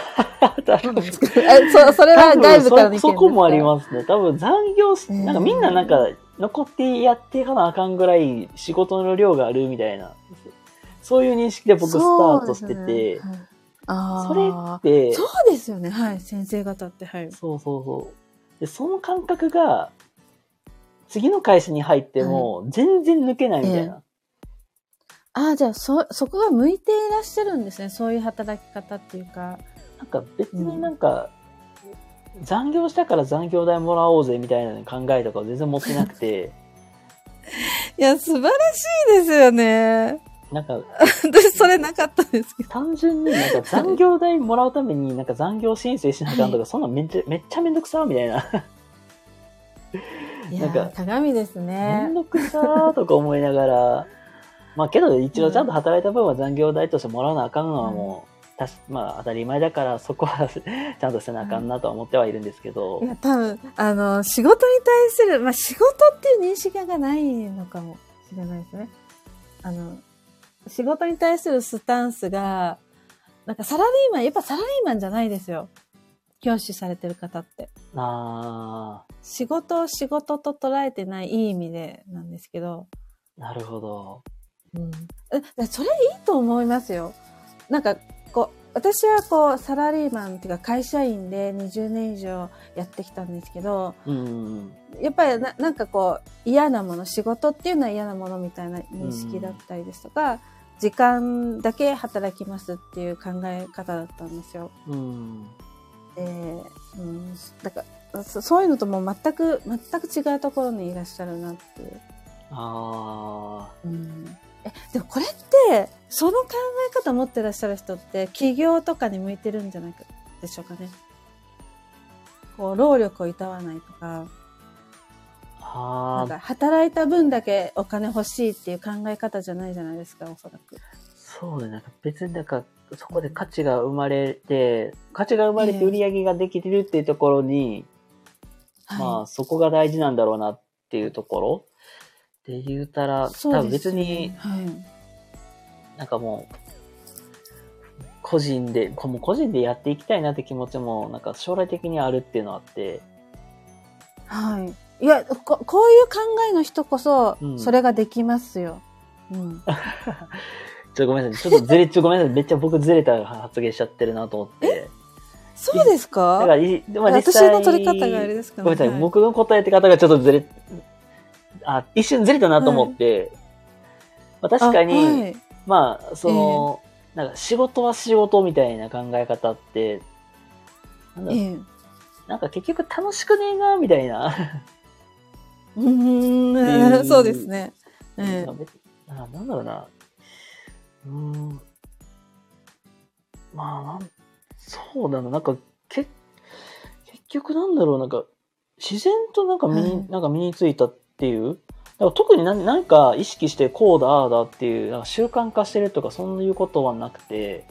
Speaker 2: それは外部からの意見ですか？
Speaker 1: そこもありますね。多分残業なんかみんななんか残ってやっていかなあかんぐらい仕事の量があるみたいな。そういう認識で僕スタートしてて。それって。
Speaker 2: そうですよね。はい。先生方って。はい。
Speaker 1: そうで、その感覚が次の会社に入っても全然抜けないみたいな。
Speaker 2: じゃあそこが向いていらっしゃるんですね。そういう働き方っていうか。
Speaker 1: なんか別になんか、残業したから残業代もらおうぜみたいな考えとか全然持ってなくて。
Speaker 2: いや、素晴らしいですよね。
Speaker 1: なんか、
Speaker 2: 私それなかったんですけど。
Speaker 1: 単純になんか残業代もらうためになんか残業申請しなあかんとか、そんなめっちゃめんどくさみたいな。
Speaker 2: なんか鏡ですね。
Speaker 1: めんどくさーとか思いながら、けど一応ちゃんと働いた分は残業代としてもらわなあかんのはもう、当たり前だからそこはちゃんとせなあかんなとは思ってはいるんですけど。
Speaker 2: いや、多分、仕事に対する、仕事っていう認識がないのかもししれないですね。仕事に対するスタンスが、なんかサラリーマン、やっぱサラリーマンじゃないですよ。教師されてる方って。仕事を仕事と捉えてない、いい意味でなんですけど。
Speaker 1: なるほど。
Speaker 2: それいいと思いますよ。なんか、私はサラリーマンっていうか会社員で20年以上やってきたんですけど、やっぱりなんか嫌なもの、仕事っていうのは嫌なものみたいな認識だったりですとか、時間だけ働きますっていう考え方だったんですよ。だからそういうのとも全く違うところにいらっしゃるなっていう。でもこれってその考え方持ってらっしゃる人って企業とかに向いてるんじゃないでしょうかね。労力をいたわないとか、なんか働いた分だけお金欲しいっていう考え方じゃないじゃないですか、おそらく。
Speaker 1: そうね、なんか別にそこで価値が生まれて売り上げができてるっていうところに、まあそこが大事なんだろうなっていうところで言うたら、多分別に、なんかもう、個人でやっていきたいなって気持ちも、なんか将来的にあるっていうのがあって。
Speaker 2: いや、こういう考えの人こそ、それができますよ。
Speaker 1: ごめんなさい。ごめんなさい。めっちゃ僕ずれた発言しちゃってるなと思って。
Speaker 2: そうですか？
Speaker 1: だから
Speaker 2: 私の取り方があれですかね。
Speaker 1: ごめんなさい。僕の答えって方がちょっと一瞬ずれたなと思って、確かに、なんか仕事は仕事みたいな考え方って、なんか結局楽しくねえな、みたいな。
Speaker 2: そうですね。
Speaker 1: なんだろうな。そうだな。なんか結局なんだろう。なんか自然となんか身についたっていう。だから特に何か意識してこうだああだっていうなんか習慣化してるとかそういうことはなくて。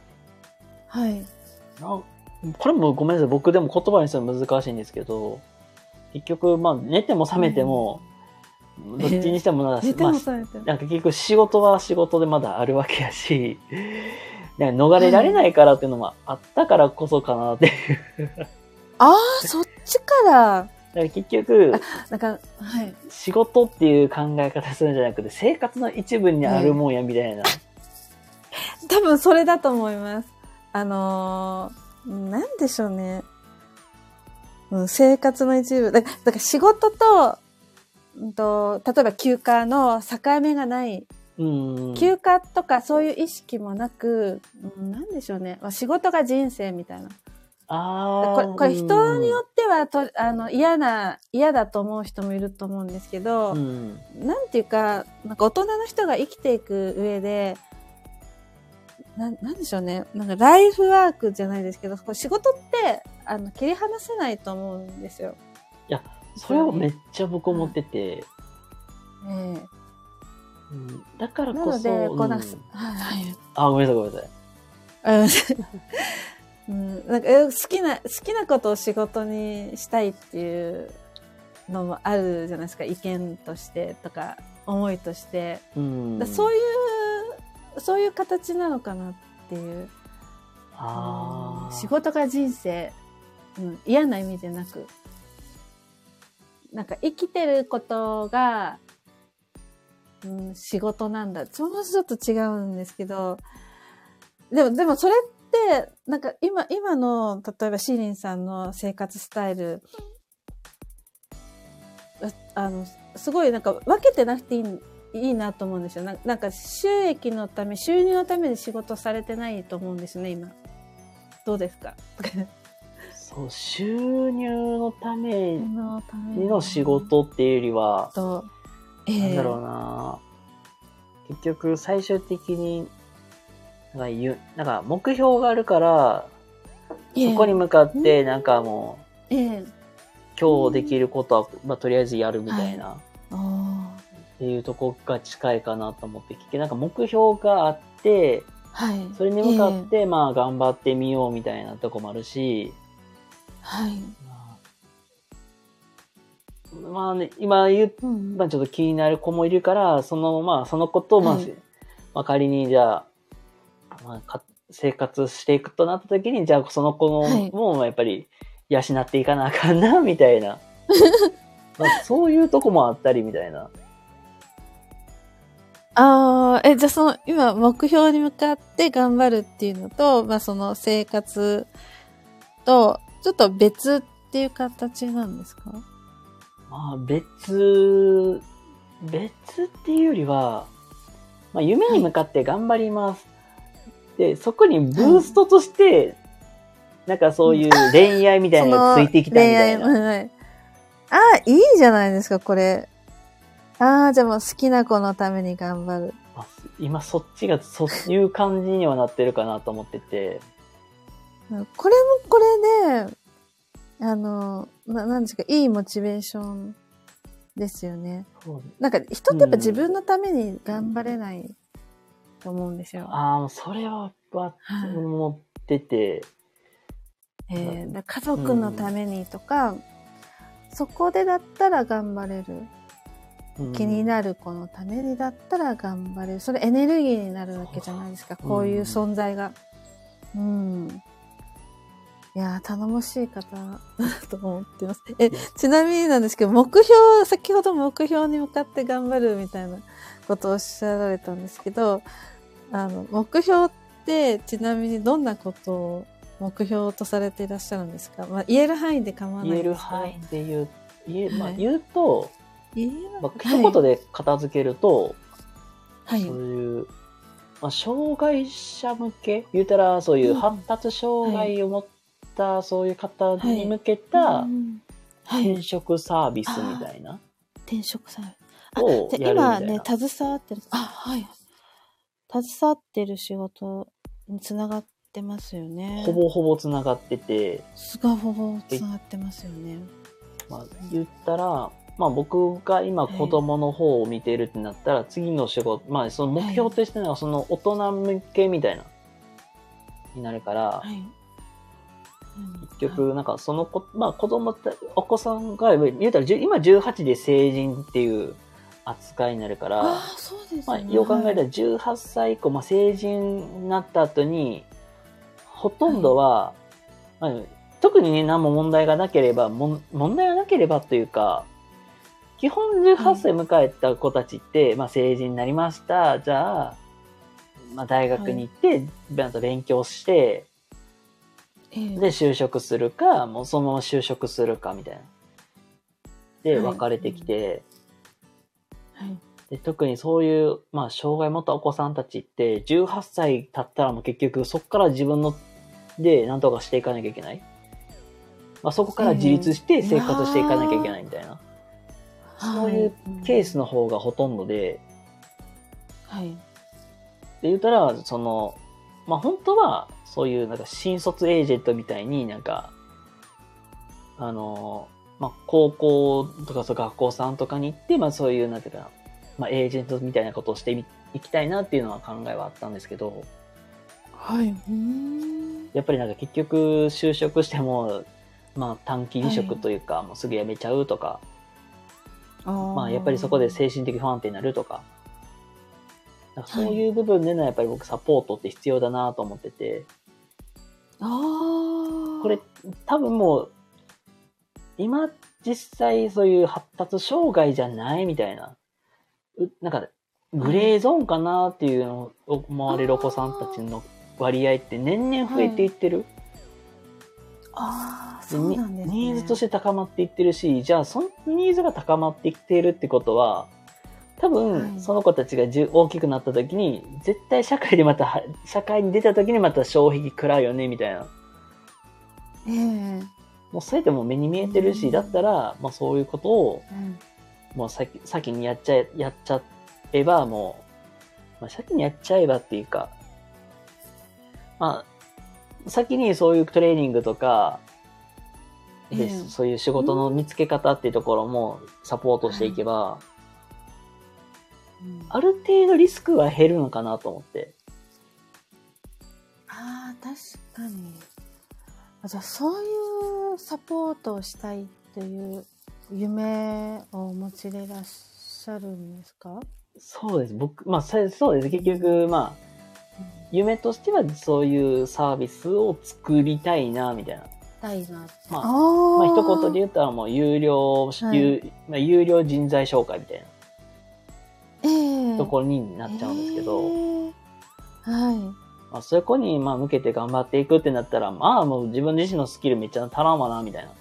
Speaker 1: これもごめんなさい。僕でも言葉にするの難しいんですけど、結局寝ても覚めても、どっちにしてもなんか結局仕事は仕事でまだあるわけやし、逃れられないからっていうのもあったからこそかなっていう。
Speaker 2: そっちから。
Speaker 1: 結局、仕事っていう考え方するんじゃなくて、生活の一部にあるもんやみたいな。
Speaker 2: 多分それだと思います。なんでしょうね。生活の一部。だから仕事と、例えば休暇の境目がない。休暇とかそういう意識もなく、なんでしょうね。仕事が人生みたいな。これ人によっては嫌だと思う人もいると思うんですけど、なんていうか、なんか大人の人が生きていく上で、なんでしょうね。なんかライフワークじゃないですけど、仕事って切り離せないと思うんですよ。
Speaker 1: いや、それをめっちゃ僕思ってて。だからこそ。なので、ごめんなさい。
Speaker 2: なんか好きなことを仕事にしたいっていうのもあるじゃないですか。意見としてとか思いとして。そういう形なのかなっていう。仕事が人生、嫌な意味でなく。なんか生きてることが、仕事なんだ。ちょっと違うんですけど、でもそれって、なんか今の、例えばシーリンさんの生活スタイル、すごいなんか分けてなくていいなと思うんですよ。なんか収入のために仕事されてないと思うんですね、今。どうですか？
Speaker 1: そう、収入のための仕事っていうよりは、なんだろうな。結局最終的になんか目標があるから、そこに向かってなんかもう、今日できることは、とりあえずやるみたいな、っていうとこが近いかなと思って、結局なんか目標があって、それに向かって頑張ってみようみたいなとこもあるし、 まあね、今まあちょっと気になる子もいるから、そのことを、まあ、はい、まあ仮にじゃあ、まあ、生活していくとなった時に、じゃあその子もやっぱり養っていかなあかんな、みたいな。まあ、そういうとこもあったりみたいな。
Speaker 2: ああ、じゃあ今目標に向かって頑張るっていうのと、まあその生活と、ちょっと別っていう形なんですか？
Speaker 1: まあ別っていうよりは、まあ夢に向かって頑張ります。はい、で、そこにブーストとして、はい、なんかそういう恋愛みたいなのがついてきたみたいな。
Speaker 2: はい、ああ、いいじゃないですか、これ。ああ、じゃあもう好きな子のために頑張る。
Speaker 1: 今そっちがそういう感じにはなってるかなと思ってて。
Speaker 2: これもこれで、なんですか、いいモチベーションですよね。なんか人ってやっぱ自分のために頑張れないと思うんですよ。
Speaker 1: ああ、それは思ってて。
Speaker 2: 家族のためにとか、そこでだったら頑張れる。気になる子のためにだったら頑張れる。それエネルギーになるわけじゃないですか。こういう存在が。いやー、頼もしい方だと思ってます。ちなみになんですけど、先ほど目標に向かって頑張るみたいなことをおっしゃられたんですけど、目標ってちなみにどんなことを目標とされていらっしゃるんですか？まあ、言える範囲で構わないですけど。
Speaker 1: 言える範囲で言うと、まあ、一言で片付けると、はい、そういう、まあ、障害者向け、言うたらそういう発達障害を持ったそういう方に向けた転職サービスみたいな。
Speaker 2: 転職サービス。をやるみたいな。今ね、携わってる、携わってる仕事につながってますよね。
Speaker 1: ほぼほぼつながってて。
Speaker 2: ほぼつながってますよね。
Speaker 1: まあ、言ったら、まあ僕が今子供の方を見てるってなったら、次の仕事、まあその目標としてのはその大人向けみたいな、になるから、結局なんかそのまあお子さんが、言うたら今18で成人っていう扱いになるから、
Speaker 2: そうですね。
Speaker 1: まあよう考えたら18歳以降、まあ成人になった後に、ほとんどは、まあ、特にね、何も問題がなければ、問題がなければというか、基本18歳迎えた子たちって、まあ成人になりました。じゃあ、まあ大学に行って、勉強して、で、就職するか、もうそのまま就職するか、みたいな。で、分かれてきて、で特にそういう、まあ障害を持ったお子さんたちって、18歳経ったらもう結局そこから自分ので何とかしていかなきゃいけない。まあそこから自立して生活していかなきゃいけないみたいな。そういうケースの方がほとんどで、で言ったら、まあ本当は、そういうなんか新卒エージェントみたいになんか、まあ高校とか学校さんとかに行って、まあそういうなんていうかな、まあエージェントみたいなことをしていきたいなっていうのは考えはあったんですけど、やっぱりなんか結局就職しても、まあ短期離職というか、もうすぐ辞めちゃうとか、まあやっぱりそこで精神的不安定になるとか、なんかそういう部分でのやっぱり僕サポートって必要だなと思ってて、これ多分もう今実際そういう発達障害じゃないみたいな、なんかグレーゾーンかなっていうのを思われるお子さんたちの割合って年々増えていってる。
Speaker 2: そうなんですね。
Speaker 1: ニーズとして高まっていってるし、じゃあそのニーズが高まってきているってことは、多分その子たちが大きくなった時に、絶対社会に出た時にまた障壁食らうよねみたいな。もうそれでも目に見えてるし、だったら、まあそういうことを、もう先にやっちゃえば、もう、まあ、先にやっちゃえばっていうか、まあ、先にそういうトレーニングとか、でそういう仕事の見つけ方っていうところもサポートしていけば、ある程度リスクは減るのかなと思って。
Speaker 2: 確かに。じゃあそういうサポートをしたいという夢をお持ちでいらっしゃるんですか？
Speaker 1: そうです。僕、そうです。結局、夢としてはそういうサービスを作りたいな、みたいな。
Speaker 2: たいなって。
Speaker 1: 一言で言ったらもう有料人材紹介みたいなところになっちゃうんですけど、
Speaker 2: はい。
Speaker 1: そういう子に向けて頑張っていくってなったら、もう自分自身のスキルめっちゃ足らんわな、みたいな。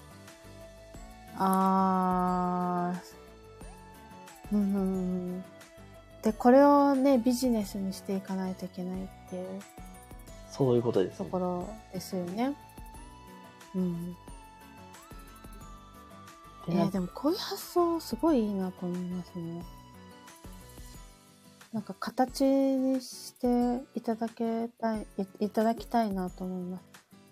Speaker 2: で、これをね、ビジネスにしていかないといけないっていう。
Speaker 1: そういうことです、
Speaker 2: ところですよね。でもこういう発想すごいいいなと思いますね。なんか形にしていただきたいなと思います。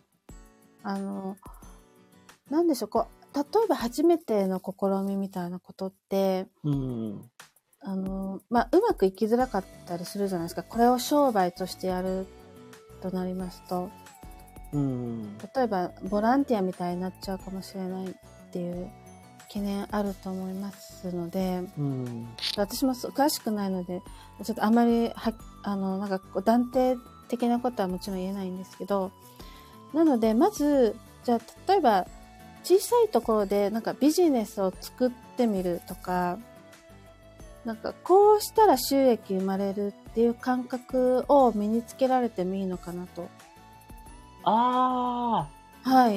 Speaker 2: なんでしょう、例えば初めての試みみたいなことって、うまくいきづらかったりするじゃないですか。これを商売としてやるとなりますと、例えばボランティアみたいになっちゃうかもしれないっていう懸念あると思いますので、私も詳しくないので、ちょっとあまりなんか断定的なことはもちろん言えないんですけど、なのでまずじゃあ例えば小さいところでなんかビジネスを作ってみるとか、なんかこうしたら収益生まれるっていう感覚を身につけられてもいいのかなと。はい。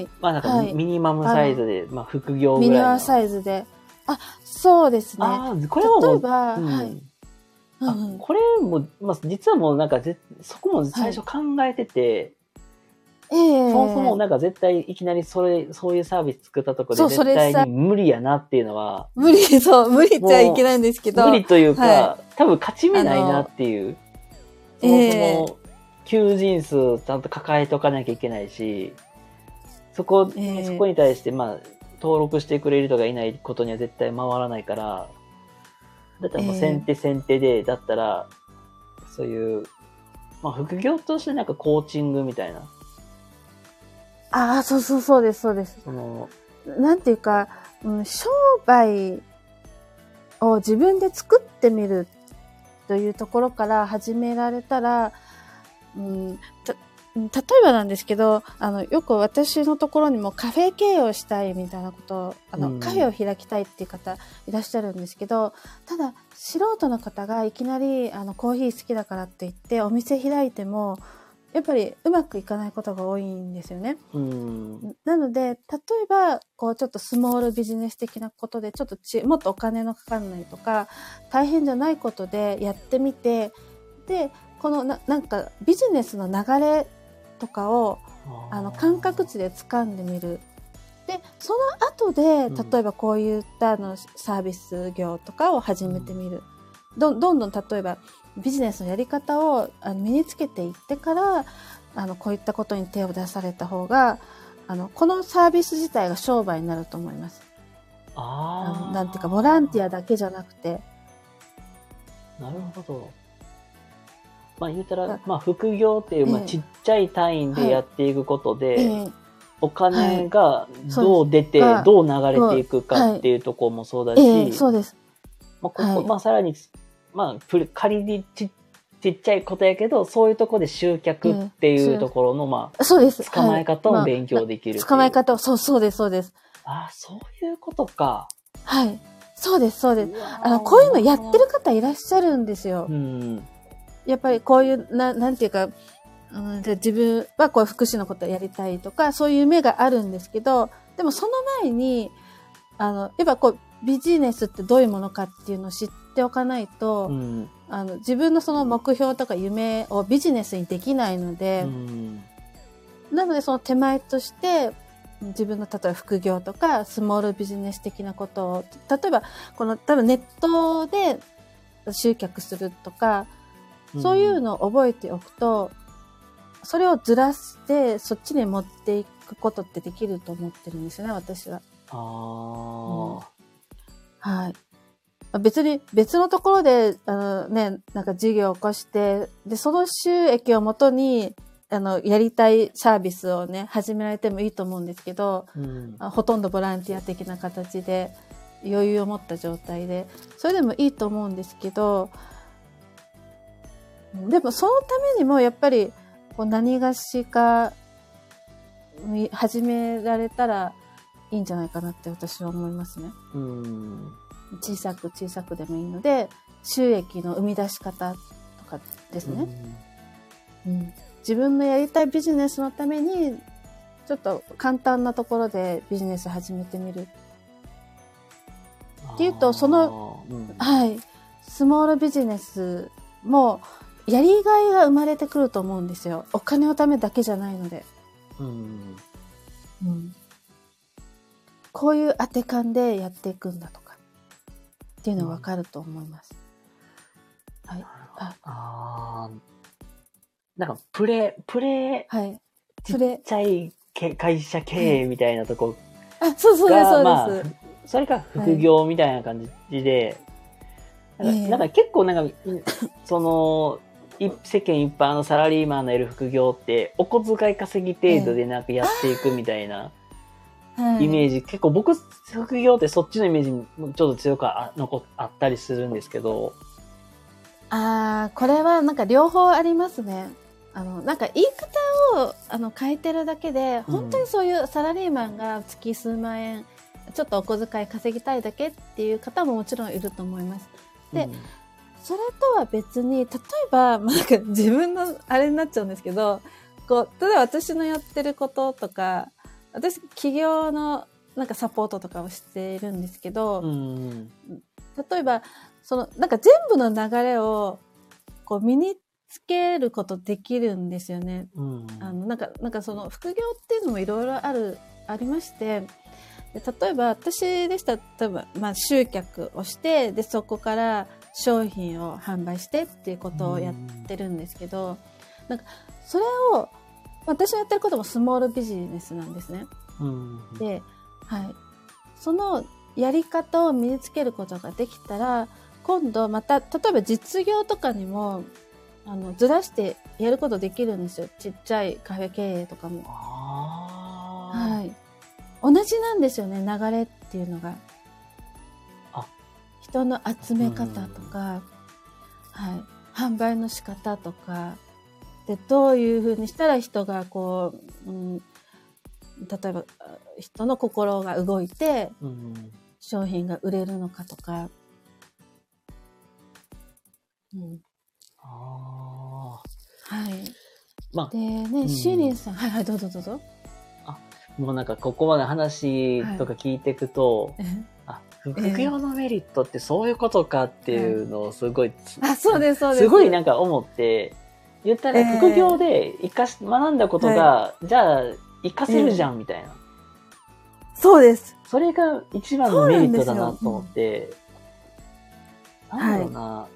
Speaker 1: なんかミニマムサイズで、副業ぐらいの。
Speaker 2: ミニマムサイズで。そうですね。
Speaker 1: これはもう、
Speaker 2: 例えば、
Speaker 1: これも、実はもうなんかそこも最初考えてて、そもそもなんか絶対いきなりそういうサービス作ったところで絶対に無理やなっていうのは。無理っち
Speaker 2: ゃいけないんですけど。
Speaker 1: 無理というか、多分勝ち目ないなっていう。そもそも、求人数ちゃんと抱えておかなきゃいけないし、そこに対して登録してくれる人がいないことには絶対回らないから、だったらもう先手で、だったら、そういう、副業としてなんかコーチングみたいな。
Speaker 2: そうです。なんていうか、商売を自分で作ってみるというところから始められたら、例えばなんですけど、よく私のところにもカフェ経営をしたいみたいなことを、カフェを開きたいっていう方いらっしゃるんですけど、ただ素人の方がいきなりコーヒー好きだからって言ってお店開いても、やっぱりうまくいかないことが多いんですよね。なので、例えば、ちょっとスモールビジネス的なことで、ちょっともっとお金のかかんないとか、大変じゃないことでやってみて、で、このなんかビジネスの流れとかを感覚値で掴んでみる。で、その後で、例えばこういったサービス業とかを始めてみる。どんどん例えばビジネスのやり方を身につけていってからこういったことに手を出された方がこのサービス自体が商売になると思います。なんていうかボランティアだけじゃなくて。
Speaker 1: なるほど。言うたら副業っていうちっちゃい単位でやっていくことで、お金がどう出て、どう流れていくかっていうところもそうだし、
Speaker 2: そうです。
Speaker 1: さらに仮にちっちゃいことやけど、そういうところで集客っていうところの、
Speaker 2: そうです。
Speaker 1: 捕まえ方を勉強できる。
Speaker 2: 捕まえ方を、そうです。そう
Speaker 1: いうことか。
Speaker 2: はい。そうです。こういうのやってる方いらっしゃるんですよ。やっぱりこういう、なんていうか、自分はこういう福祉のことをやりたいとか、そういう夢があるんですけど、でもその前に、やっぱビジネスってどういうものかっていうのを知っておかないと、自分のその目標とか夢をビジネスにできないので、なのでその手前として自分の例えば副業とかスモールビジネス的なことを、例えば多分ネットで集客するとか、そういうのを覚えておくと、それをずらしてそっちに持っていくことってできると思ってるんですよね、私は。はい。別のところで、なんか事業を起こして、で、その収益をもとに、やりたいサービスをね、始められてもいいと思うんですけど、ほとんどボランティア的な形で。 余裕を持った状態で、それでもいいと思うんですけど、でもそのためにもやっぱりこう何がしか始められたらいいんじゃないかなって私は思いますね。小さく小さくでもいいので、収益の生み出し方とかですね。自分のやりたいビジネスのためにちょっと簡単なところでビジネス始めてみるっていうと、その、はい、スモールビジネスもやりがいが生まれてくると思うんですよ。お金のためだけじゃないので。こういう当て感でやっていくんだとかっていうのが分かると思います。はい。
Speaker 1: なんかプレ
Speaker 2: はい。
Speaker 1: ちっちゃい会社経営みたいなとこ
Speaker 2: そうです。
Speaker 1: それか副業みたいな感じで、なんか結構なんか、その、世間一般のサラリーマンのやる副業って、お小遣い稼ぎ程度でなんかやっていくみたいなイメージ、結構僕、副業ってそっちのイメージにちょっと強くあったりするんですけど。
Speaker 2: これはなんか両方ありますね。なんか言い方を変えてるだけで、本当にそういうサラリーマンが月数万円、ちょっとお小遣い稼ぎたいだけっていう方ももちろんいると思います。で、それとは別に、例えば、なんか自分のあれになっちゃうんですけど、こう、例えば私のやってることとか、私、企業のなんかサポートとかをしているんですけど、例えば、なんか全部の流れを、こう、身につけることできるんですよね。なんかその副業っていうのもいろいろありまして、で例えば私でしたら、多分、集客をして、で、そこから商品を販売してっていうことをやってるんですけど、なんか、それを、私のやってることもスモールビジネスなんですね。で、はい。そのやり方を身につけることができたら、今度また、例えば実業とかにも、ずらしてやることできるんですよ。ちっちゃいカフェ経営とかも。はい。同じなんですよね、流れっていうのが。人の集め方とか、はい。販売の仕方とか、で、どういうふうにしたら人がこう、例えば、人の心が動いて、商品が売れるのかとか。はい。でね、シーリンさん、はい、どうぞ。
Speaker 1: もうなんかここまで話とか聞いていくと、副業のメリットってそういうことかっていうのをすごい、
Speaker 2: そうです。
Speaker 1: すごいなんか思って、言ったら副業で学んだことが、じゃあ活かせるじゃんみたいな。
Speaker 2: そうです。
Speaker 1: それが一番のメリットだなと思って、なんだろうな、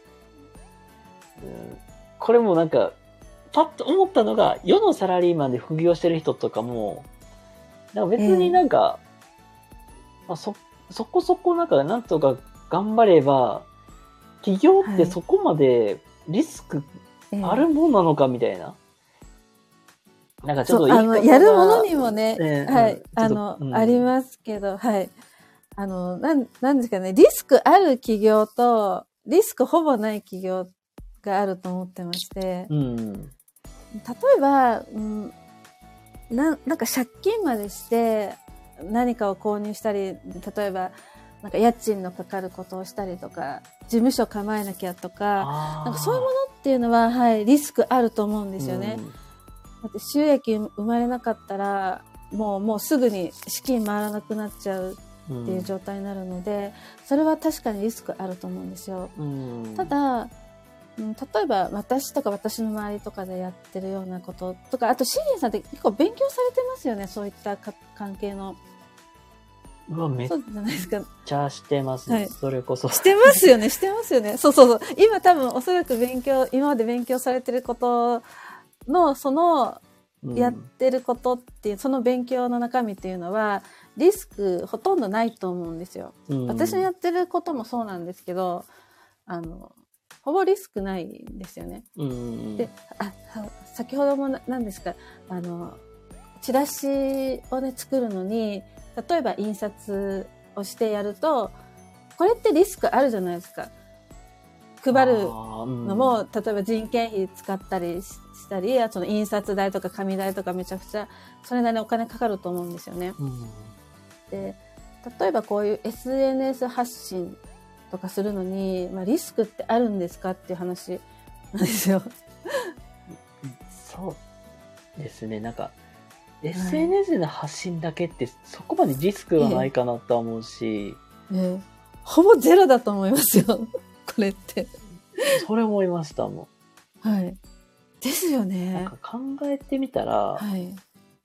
Speaker 1: これもなんか、パッと思ったのが、世のサラリーマンで副業してる人とかも、なんか別になんか、そこそこなんとか頑張れば、起業ってそこまでリスクあるもんなのかみたいな。なんかちょっと
Speaker 2: やるものにもね、はい、ありますけど、はい。なんですかね、リスクある企業と、リスクほぼない企業があると思ってまして、例えば、なんか借金までして何かを購入したり、例えば、なんか家賃のかかることをしたりとか、事務所構えなきゃとか、なんかそういうものっていうのは、はい、リスクあると思うんですよね。だって収益生まれなかったら、もうすぐに資金回らなくなっちゃうっていう状態になるので、それは確かにリスクあると思うんですよ。ただ、例えば私とか私の周りとかでやってるようなこととか、あとシーリンさんって結構勉強されてますよね、そういった関係の。
Speaker 1: めっちゃしてますね、はい、それこそ。
Speaker 2: してますよね。そう。今多分おそらく今まで勉強されてることの、やってることっていう、その勉強の中身っていうのは、リスクほとんどないと思うんですよ。私のやってることもそうなんですけど、ほぼリスクないんですよね。で、先ほども何ですか、チラシをね、作るのに、例えば印刷をしてやると、これってリスクあるじゃないですか。配るのも、例えば人件費使ったりしたり、その印刷代とか紙代とかめちゃくちゃそれなりにお金かかると思うんですよね。で、例えばこういう SNS 発信とかするのに、リスクってあるんですかっていう話なんですよ。
Speaker 1: そうですね。なんか、SNS での発信だけってそこまでリスクはないかなと思うし、
Speaker 2: ほぼゼロだと思いますよ。これって。
Speaker 1: それ思いましたも
Speaker 2: ん。はい。ですよね。
Speaker 1: なんか考えてみたら、
Speaker 2: はい。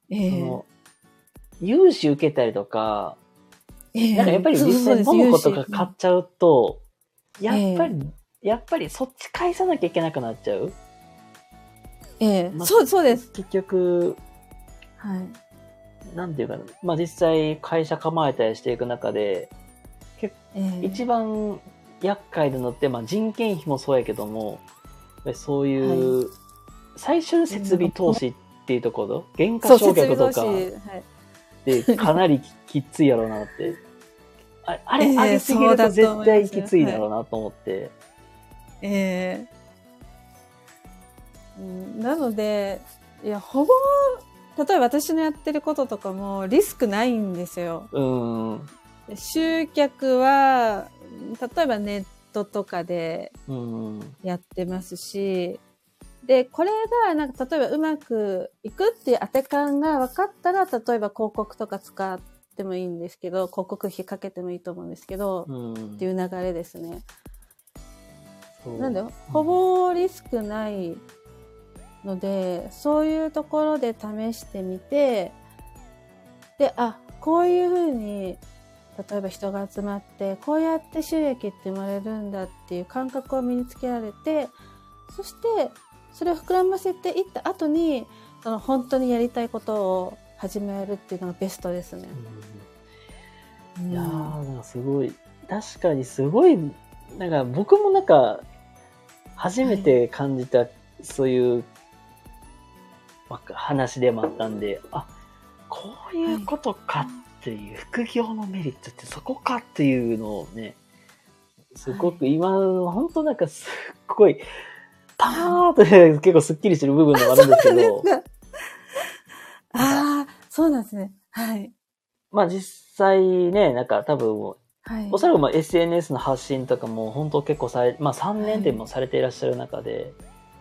Speaker 1: 融資受けたりとか、なんかやっぱり実際物事とか買っちゃうと、やっぱりそっち返さなきゃいけなくなっちゃう。
Speaker 2: そうです。
Speaker 1: 結局、はい。なんていうかな、実際会社構えたりしていく中で、一番厄介なのって、人件費もそうやけども、そういう、最終設備投資っていうところ、原価償却とか、で、かなりきついやろうなって。あれ、上げすぎると絶対きついだろうなと思って。
Speaker 2: なので、いや、ほぼ、例えば私のやってることとかもリスクないんですよ。集客は、例えばネットとかでやってますし、で、これが、なんか、例えばうまくいくっていう当て感が分かったら、例えば広告とか使ってもいいんですけど、広告費かけてもいいと思うんですけど、っていう流れですね。なんで、ほぼリスクないので、そういうところで試してみて、で、こういうふうに、例えば人が集まって、こうやって収益って生まれるんだっていう感覚を身につけられて、そして、それを膨らませていった後に、その本当にやりたいことを始めるっていうのがベストですね。
Speaker 1: いやー、なんかすごい、確かにすごい、なんか僕もなんか、初めて感じた、そういう、話でもあったんで、こういうことかっていう、副業のメリットってそこかっていうのをね、すごく今、本当なんかすっごい、パーって結構スッキリしてる部分でもあるんですけど。
Speaker 2: そうなんですね。はい。
Speaker 1: 実際ね、なんか多分、おそらくSNS の発信とかも本当結構3年でもされていらっしゃる中で、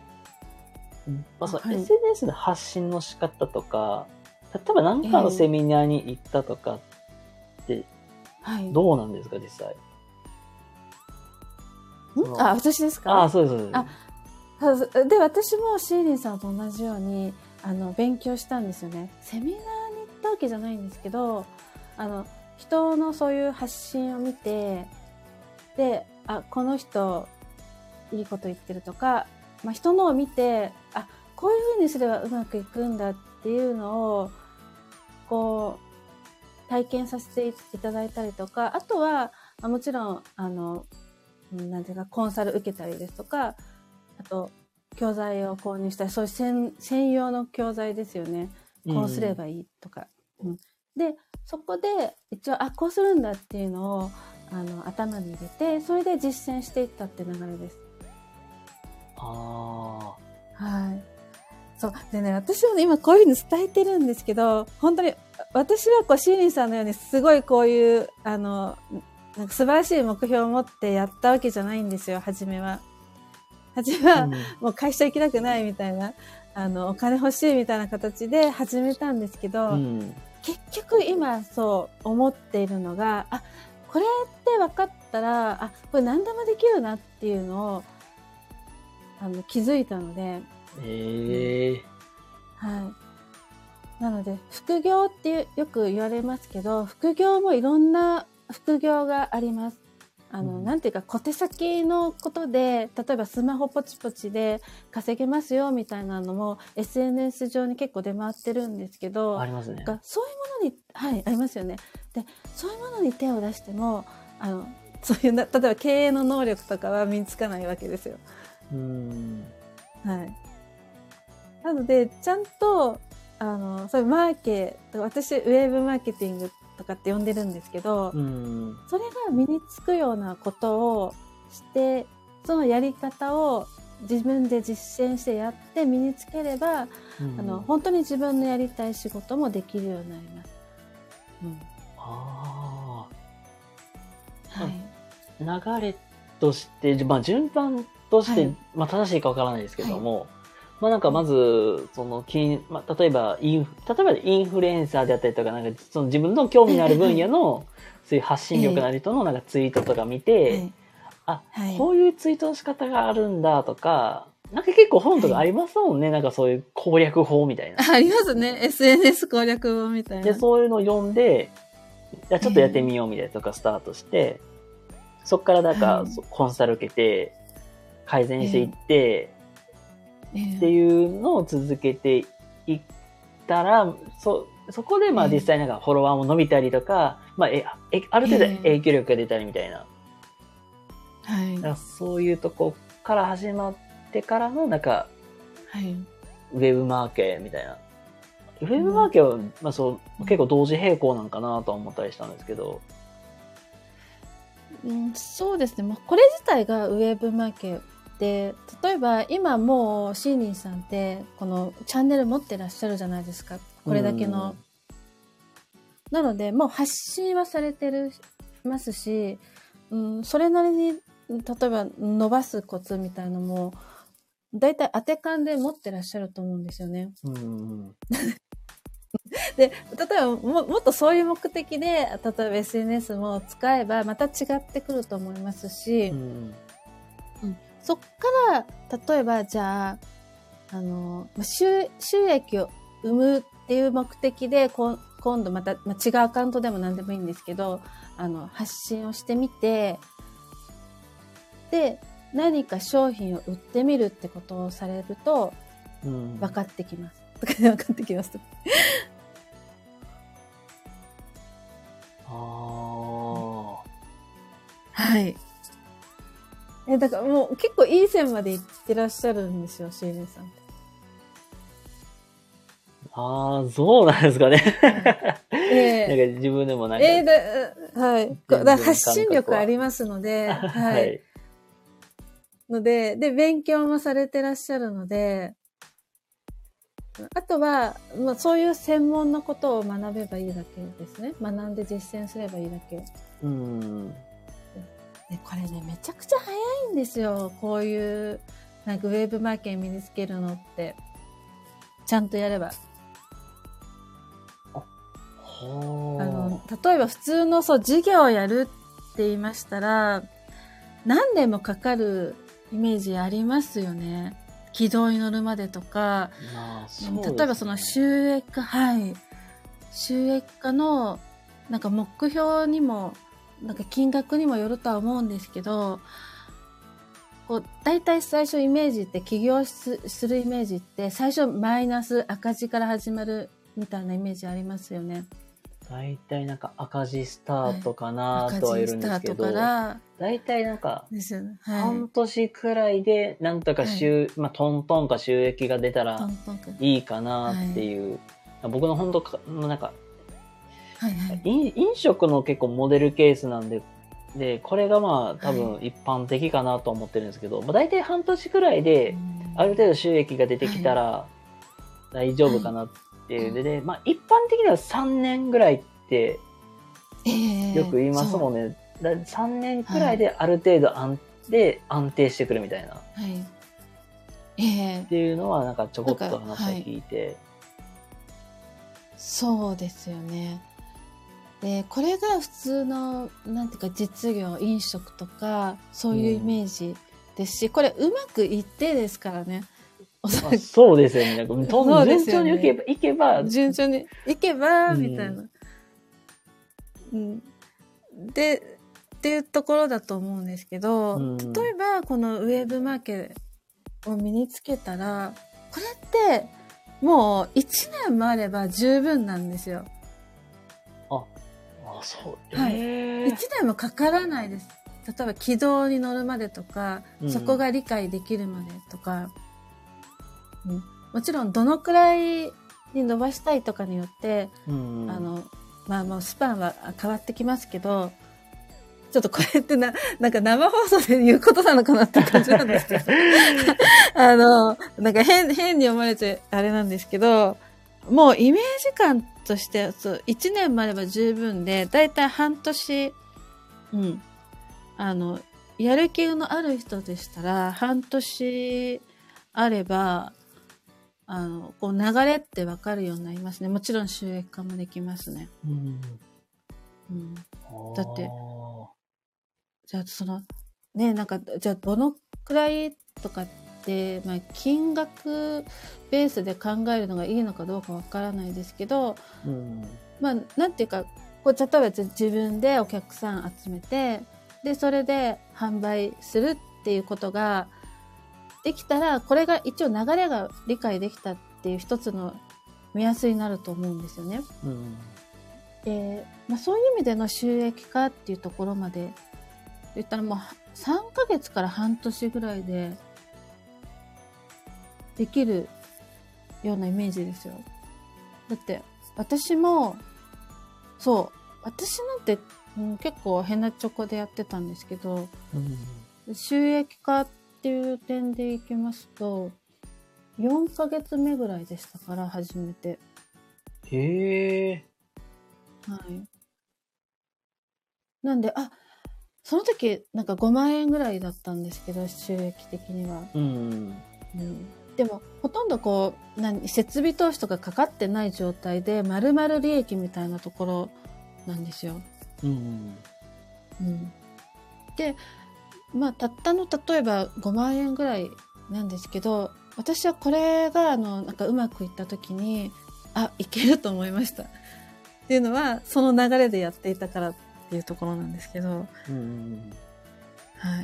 Speaker 1: その SNS の発信の仕方とか、例えば何かのセミナーに行ったとかって、どうなんですか、実際。
Speaker 2: 私ですか？
Speaker 1: そうです、そうです。
Speaker 2: で、私もシーリンさんと同じように、勉強したんですよね。セミナーに行ったわけじゃないんですけど、人のそういう発信を見て、で、この人、いいこと言ってるとか、人のを見て、こういう風にすればうまくいくんだっていうのを、こう、体験させていただいたりとか、あとは、もちろん、なんていうか、コンサル受けたりですとか、あと、教材を購入したり、そういう専用の教材ですよね。こうすればいいとか。で、そこで、一応、こうするんだっていうのを、頭に入れて、それで実践していったって流れです。はい。そう。でね、私もね、今こういうふうに伝えてるんですけど、本当に、私はシーリンさんのように、すごいこういう、なんか素晴らしい目標を持ってやったわけじゃないんですよ、初めは。もう会社行きたくないみたいな、お金欲しいみたいな形で始めたんですけど、結局今そう思っているのが、これって分かったら、これ何でもできるなっていうのを、気づいたので。はい。なので、副業ってよく言われますけど、副業もいろんな副業があります。なんていうか、小手先のことで、例えばスマホポチポチで稼げますよみたいなのも SNS 上に結構出回ってるんですけど、
Speaker 1: ありますね。
Speaker 2: そういうものに、ありますよね。で、そういうものに手を出しても、そういう例えば経営の能力とかは身につかないわけですよ。はい。なので、ちゃんと、そういう私、ウェブマーケティングとかって呼んでるんですけど、
Speaker 1: うん。
Speaker 2: それが身につくようなことをして、そのやり方を自分で実践してやって身につければ、本当に自分のやりたい仕事もできるようになります。うん、
Speaker 1: あ
Speaker 2: あ。はい。
Speaker 1: 流れとして、まあ順番として、
Speaker 2: はい、
Speaker 1: まあ正しいかわからないですけども、はい、まあなんかまず、そのまあ、例えばインフルエンサーであったりとか、なんかその自分の興味のある分野の、そういう発信力のある人のなんかツイートとか見て、こういうツイートの仕方があるんだとか、なんか結構本とかありますもんね。はい、なんかそういう攻略法みたいな。
Speaker 2: ありますね。SNS 攻略法みたいな。
Speaker 1: で、そういうのを読んで、ちょっとやってみようみたいなとかスタートして、そっからなんかコンサル受けて、改善していって、っていうのを続けていったら、そこでまあ実際なんかフォロワーも伸びたりとか、まあある程度影響力が出たりみたいな。はい。だからそういうとこから始まってからのなんか、はい、ウェブマーケみたいな。ウェブマーケは、まあ結構同時並行なんかなと思ったりしたんですけど。
Speaker 2: そうですね。これ自体がウェブマーケで、例えば今もうシーニーさんってこのチャンネル持ってらっしゃるじゃないですか。これだけの。なのでもう発信はされてますし、それなりに例えば伸ばすコツみたいのもだいたい当て勘で持ってらっしゃると思うんですよね。で、例えばもっとそういう目的で、例えば SNS も使えばまた違ってくると思いますし、そっから例えばじゃあ、収益を生むっていう目的で今度また、違うアカウントでも何でもいいんですけど、発信をしてみて、で、何か商品を売ってみるってことをされると、分かってきます。分かってきます。はい。だからもう結構いい線まで行ってらっしゃるんですよ、シーレンさんって。
Speaker 1: そうなんですかね。なんか自分でもなんか。
Speaker 2: はい。発信力ありますので、はい。で、勉強もされてらっしゃるので、あとは、まあ、そういう専門のことを学べばいいだけですね。学んで実践すればいいだけ。でこれね、めちゃくちゃ早いんですよ。こういう、なんかウェブマーケ身につけるのって。ちゃんとやれば。例えば普通の授業をやるって言いましたら、何年もかかるイメージありますよね。軌道に乗るまでとか、例えばその収益化のなんか目標にもなんか金額にもよるとは思うんですけど、大体最初イメージって起業するイメージって最初マイナス赤字から始まるみたいなイメージありますよね。大
Speaker 1: 体なんか赤字スタートかなとは言うんですけど、大体なんか半年くらいでなんとかまあトントンか収益が出たらいいかなっていう、僕の本当のなんか、飲食の結構モデルケースなんで、これがまあ多分一般的かなと思ってるんですけど、まあ大体半年くらいである程度収益が出てきたら大丈夫かなっていう。で、まあ一般的には3年ぐらいってよく言いますもんね。3年くらいである程度安定してくるみたいな。っていうのはなんかちょこっと話を聞いて。
Speaker 2: そうですよね。で、これが普通の、なんていうか実業、飲食とか、そういうイメージですし、これうまくいってですからね。
Speaker 1: そうですよね。なんか順調にいけば。
Speaker 2: 順調にいけば、みたいな。で、っていうところだと思うんですけど、例えばこのウェブマーケを身につけたら、これってもう1年もあれば十分なんですよ。
Speaker 1: そう。
Speaker 2: はい。1年もかからないです。例えば軌道に乗るまでとか、そこが理解できるまでとか、もちろんどのくらいに伸ばしたいとかによって、 まあもうスパンは変わってきますけど、ちょっとこれってなんか生放送で言うことなのかなって感じなんですけど。なんか変に思われてあれなんですけど、もうイメージ感として、1年もあれば十分で、だいたい半年、やる気のある人でしたら、半年あれば、こう流れってわかるようになりますね。もちろん収益化もできますね。だって、じゃあね、なんか、じゃあどのくらいとかって、まあ、金額ベースで考えるのがいいのかどうかわからないですけど、まあ、なんていうか、こう、例えば自分でお客さん集めて、で、それで販売するっていうことができたら、これが一応流れが理解できたっていう一つの目安になると思うんですよね。で、まあ、そういう意味での収益化っていうところまで言ったらもう3ヶ月から半年ぐらいでできるようなイメージですよ。だって私も私なんて、結構変なチョコでやってたんですけど、収益化っていう点でいきますと4ヶ月目ぐらいでしたから始めて。
Speaker 1: へえ。
Speaker 2: はい。なんでその時なんか5万円ぐらいだったんですけど、収益的には。でもほとんどこう設備投資とかかかってない状態で丸々利益みたいなところなんですよ。で、まあたったの例えば5万円ぐらいなんですけど、私はこれがなんかうまくいった時にいけると思いました。っていうのはその流れでやっていたからっていうところなんですけど、はい。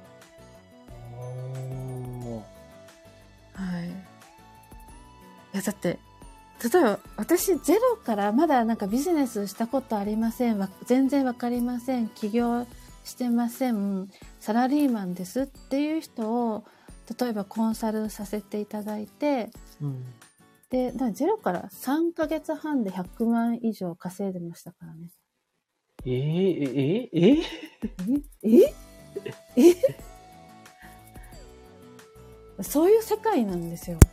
Speaker 2: はい。いや、だって、例えば私ゼロからまだなんかビジネスしたことありません。全然わかりません。起業してません。サラリーマンですっていう人を、例えばコンサルさせていただいて、で、ゼロから3ヶ月半で100万以上稼いでましたからね。そういう世界なんですよ。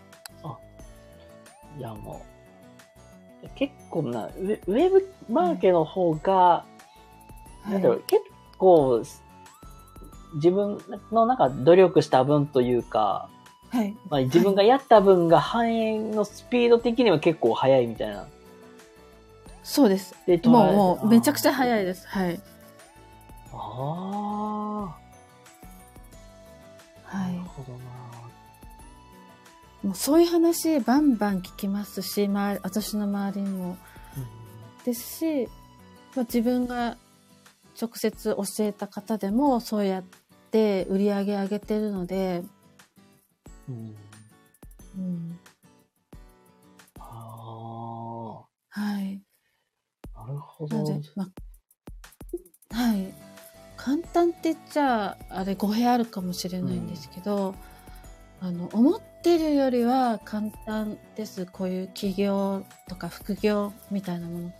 Speaker 1: いやもう、結構ウェブマーケの方が、なんだろう、結構、自分のなんか努力した分というか、まあ、自分がやった分が反映のスピード的には結構速いみたいな。
Speaker 2: そうです。もうめちゃくちゃ速いです。はい。
Speaker 1: はい。なるほどな。
Speaker 2: もうそういう話バンバン聞きますし、私の周りにも。ですし、まあ、自分が直接教えた方でもそうやって売り上げ上げてるので、はい。
Speaker 1: なるほど。
Speaker 2: はい。簡単って言っちゃあれ語弊あるかもしれないんですけど、思ってるよりは簡単です。こういう起業とか副業みたいなものって。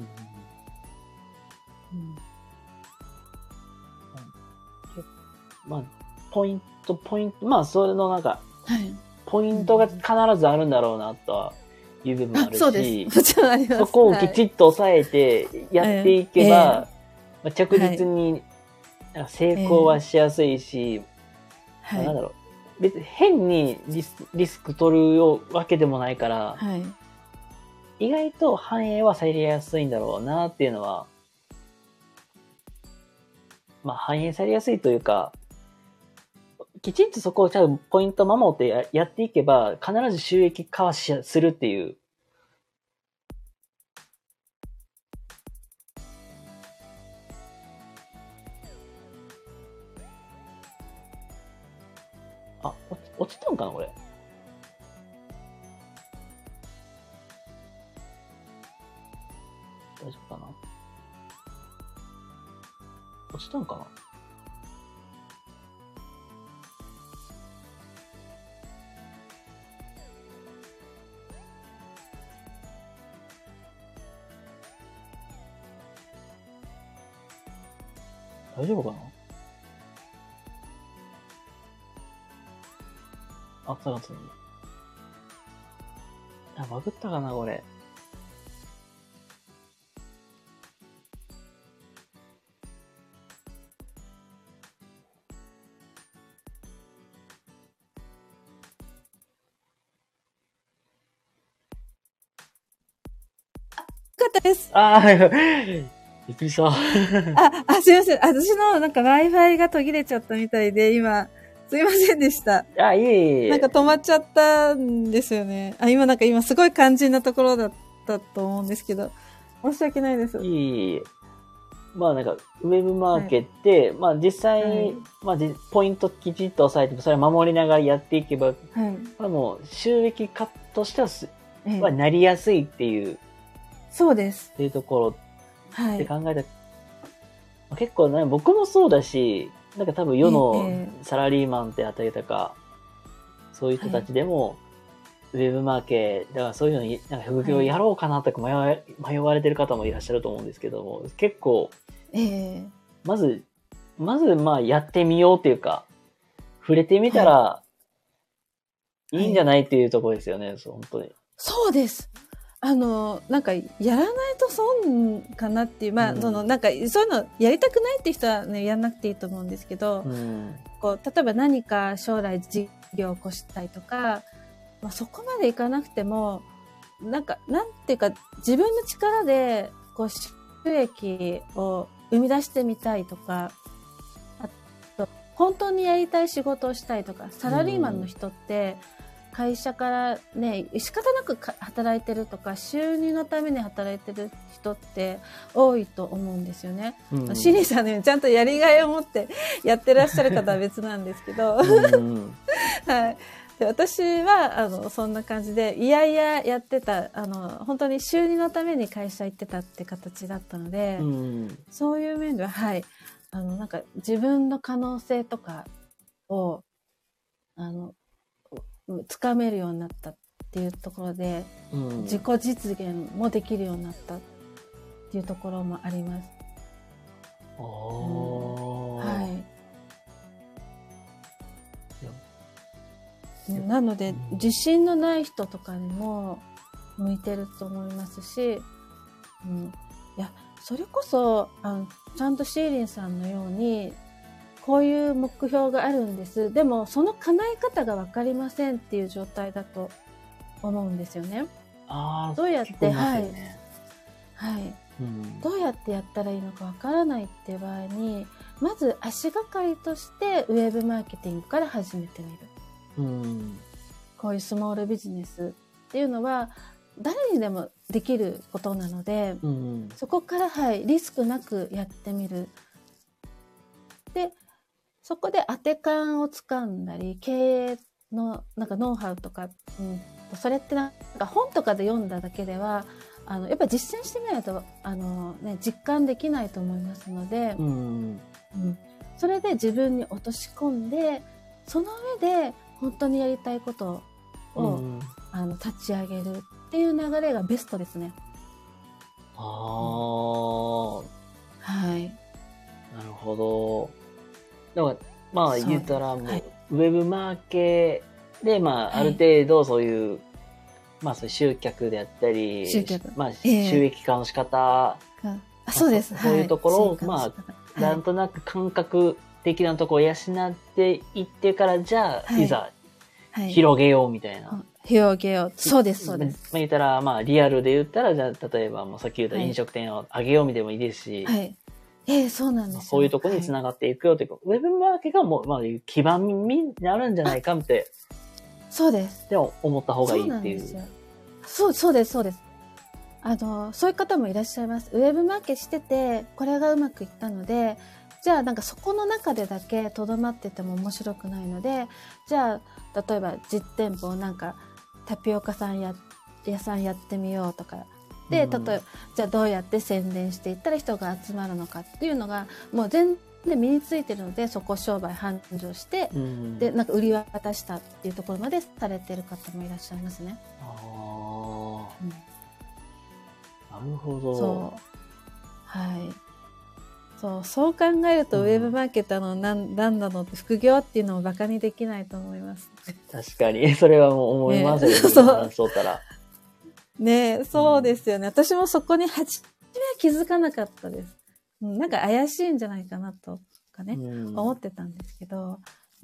Speaker 1: まあ、ポイント、まあ、それのなんか、ポイントが必ずあるんだろうな、とはいう部分もあるし、
Speaker 2: そうです。もちろんあります。
Speaker 1: そこをきちっと抑えてやっていけば、着実に成功はしやすいし、なんだろう、別に変にリスク取るわけでもないから、意外と反映はされやすいんだろうなっていうのは、まあ反映されやすいというか、きちんとそこをちゃんとポイント守ってやっていけば、必ず収益化はするっていう。落ちたんかなこれ。大丈夫かな。落ちたんかな。 大丈夫かな。あ、つながった。あ、バグったかな、これ。
Speaker 2: かったです。
Speaker 1: ああ、びっくりした。
Speaker 2: すいません。私のなんか Wi-Fi が途切れちゃったみたいで、今、すいませんでした。
Speaker 1: あ、いえいえ。
Speaker 2: なんか止まっちゃったんですよね。今すごい肝心なところだったと思うんですけど、申し訳ないです。
Speaker 1: いえいえ。まあなんか、ウェブマーケって、まあ実際、ポイントきちっと押さえて、それは守りながらやっていけば、もう収益化としては、なりやすいっていう。
Speaker 2: そうです。
Speaker 1: っていうところって考えたら、結構ね、僕もそうだし、なんか多分世のサラリーマンってあたりとか、そういう人たちでも、ウェブマーケだからそういうのに、なんか副業やろうかなとか迷われてる方もいらっしゃると思うんですけども、結構、まずまあやってみようっていうか、触れてみたら、いいんじゃないっていうところですよね、本当に。
Speaker 2: そうです。なんか、やらないと損かなっていう、なんか、そういうのやりたくないって人はね、やんなくていいと思うんですけど、こう、例えば何か将来事業を起こしたいとか、そこまでいかなくても、なんていうか、自分の力で、こう、収益を生み出してみたいとか、あと、本当にやりたい仕事をしたいとか、サラリーマンの人って、会社からね、仕方なく働いてるとか、収入のために働いてる人って多いと思うんですよね。シリーさんね、ちゃんとやりがいを持ってやってらっしゃる方は別なんですけど。はい。で、私は、そんな感じで、いやいややってた、本当に収入のために会社行ってたって形だったので、そういう面では、はい。なんか自分の可能性とかを、つかめるようになったっていうところで、自己実現もできるようになったっていうところもあります。はい。なので、自信のない人とかにも向いてると思いますし、いや、それこそ、ちゃんとシーリンさんのように、こういう目標があるんです。でも、その叶え方がわかりませんっていう状態だと思うんですよね。どうやって、はい。どうやってやったらいいのかわからないっていう場合に、まず足がかりとしてウェブマーケティングから始めてみる。こういうスモールビジネスっていうのは、誰にでもできることなので、そこから、リスクなくやってみる。で、そこで当て感をつかんだり、経営のなんかノウハウとか、それってなんか本とかで読んだだけでは、やっぱり実践してみないと、実感できないと思いますので、それで自分に落とし込んで、その上で本当にやりたいことを、立ち上げるっていう流れがベストですね。
Speaker 1: はい。なるほど。だからまあ言ったらもう、ウェブマーケで、ある程度そういう、そういう集客であったり、収益化の仕方、
Speaker 2: そうです。
Speaker 1: そういうところを、なんとなく感覚的なところを養っていってから、じゃあ、いざ、広げようみたいな。
Speaker 2: 広げよう。そうです、そうです。
Speaker 1: 言ったら、リアルで言ったら、じゃあ、例えばもうさっき言った飲食店を上げようみでもいいですし、
Speaker 2: そうなんですよ。
Speaker 1: そういうところに繋がっていくよというか、ウェブマーケがもう、基盤になるんじゃないかって。
Speaker 2: そうです。
Speaker 1: でも思った方がいいっていう。
Speaker 2: そうです、そうです。そういう方もいらっしゃいます。ウェブマーケしてて、これがうまくいったので、じゃあなんかそこの中でだけ留まってても面白くないので、じゃあ、例えば実店舗なんかタピオカ屋さんやってみようとか、で、例えば、じゃあどうやって宣伝していったら人が集まるのかっていうのが、もう全然身についてるので、そこを商売繁盛して、で、なんか売り渡したっていうところまでされてる方もいらっしゃいますね。
Speaker 1: なるほど。
Speaker 2: そう。はい。 そう考えると、ウェブマーケターのなんなのって副業っていうのもバカにできないと思います。
Speaker 1: 確かに、それはもう思いますよね。そうたら。
Speaker 2: ね、そうですよね。私もそこに初めは気づかなかったです。なんか怪しいんじゃないかなとかね、思ってたんですけど、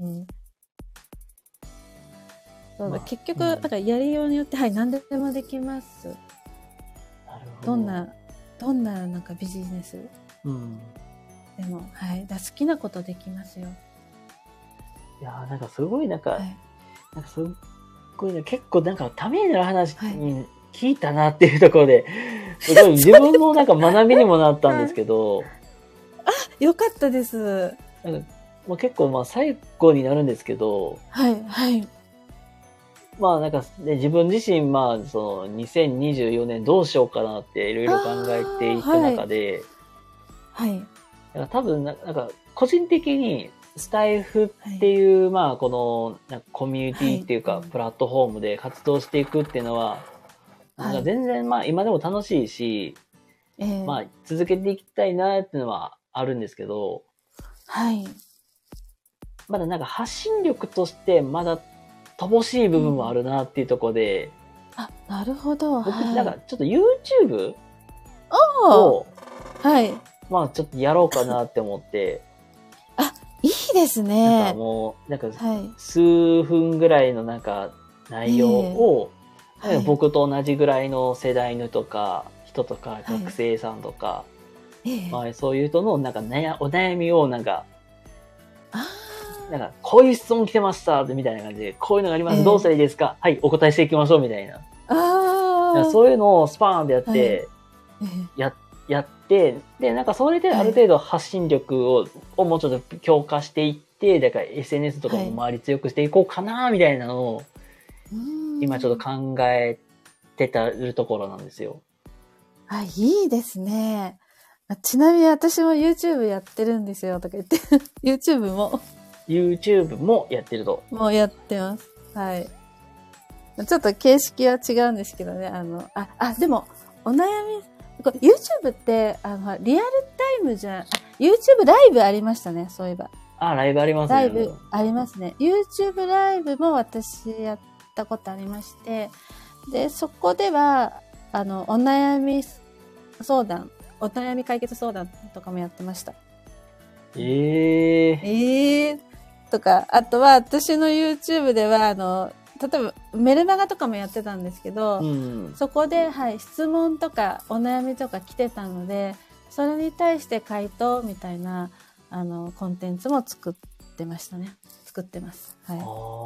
Speaker 2: そうだ、結局、だからやりようによって、はい、何でもできます。なるほど。どんななんかビジネス。でも、はい。好きなことできますよ。
Speaker 1: いやー、なんかすごいなんかすっごいね、結構なんかためになる話に聞いたなっていうところで、すごい自分のなんか学びにもなったんですけど。
Speaker 2: あ、よかったです。
Speaker 1: なんかまあ、結構最後になるんですけど。
Speaker 2: はい、はい。
Speaker 1: まあなんか、ね、自分自身、その2024年どうしようかなっていろいろ考えていく中で、
Speaker 2: はい。
Speaker 1: 多分なんか個人的にスタイフっていう、このコミュニティっていうか、プラットフォームで活動していくっていうのは、なんか全然今でも楽しいし、続けていきたいなっていうのはあるんですけど、
Speaker 2: はい。
Speaker 1: まだなんか発信力としてまだ乏しい部分もあるなっていうところで、
Speaker 2: なるほど。
Speaker 1: 僕なんかちょっと YouTube を、
Speaker 2: はい。
Speaker 1: ちょっとやろうかなって思って。
Speaker 2: いいですね。
Speaker 1: なんかもう、なんか数分ぐらいのなんか内容を、僕と同じぐらいの世代の人とか、学生さんとか、そういう人のなんかお悩みをなんかこういう質問来てましたみたいな感じで、こういうのがあります。どうしたらいいですか？はい、お答えしていきましょうみたいな。そういうのをスパーンでやって、やって、で、なんかそれである程度発信力をもうちょっと強化していって、だから SNS とかも周り強くしていこうかなみたいなのを、今ちょっと考えてたるところなんですよ。
Speaker 2: いいですね。ちなみに私も YouTube やってるんですよとか言って、YouTube
Speaker 1: もやってると。
Speaker 2: もうやってます。はい。ちょっと形式は違うんですけどね。でも、お悩み、YouTube って、リアルタイムYouTube ライブありましたね、そういえば。
Speaker 1: ライブありますね。
Speaker 2: ライブありますね。YouTube ライブも私やったことありまして、で、そこでは、お悩み相談、お悩み解決相談とかもやってました。とか、あとは私の YouTube では、例えばメルマガとかもやってたんですけど、そこで、質問とかお悩みとか来てたので、それに対して回答みたいな、コンテンツも作ってましたね。作ってます。はい。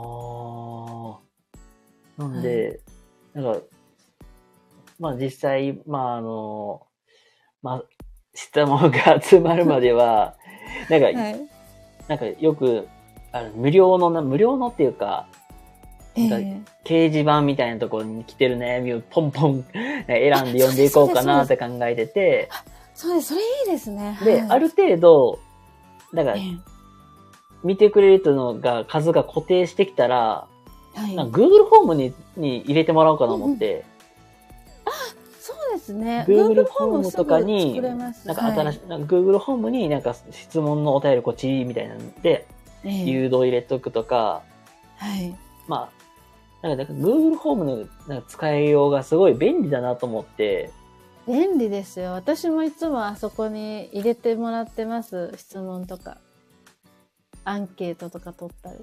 Speaker 1: なんで、なんか、実際、質問が集まるまでは、なんかよく、無料のっていうか、掲示板みたいなところに来てる悩みをポンポン選んで読んでいこうかなって考えてて。
Speaker 2: そうです、それいいですね。
Speaker 1: で、ある程度、見てくれる人の数が固定してきたら、Google ホームに入れてもらおうかなと思って。
Speaker 2: そうですね。
Speaker 1: Google ホームとかに、Google ホームに質問のお便りこっちみたいなので、誘導入れとくとか、Google ホームの使いようがすごい便利だなと思って。
Speaker 2: 便利ですよ。私もいつもあそこに入れてもらってます。質問とか。アンケートとか取ったり。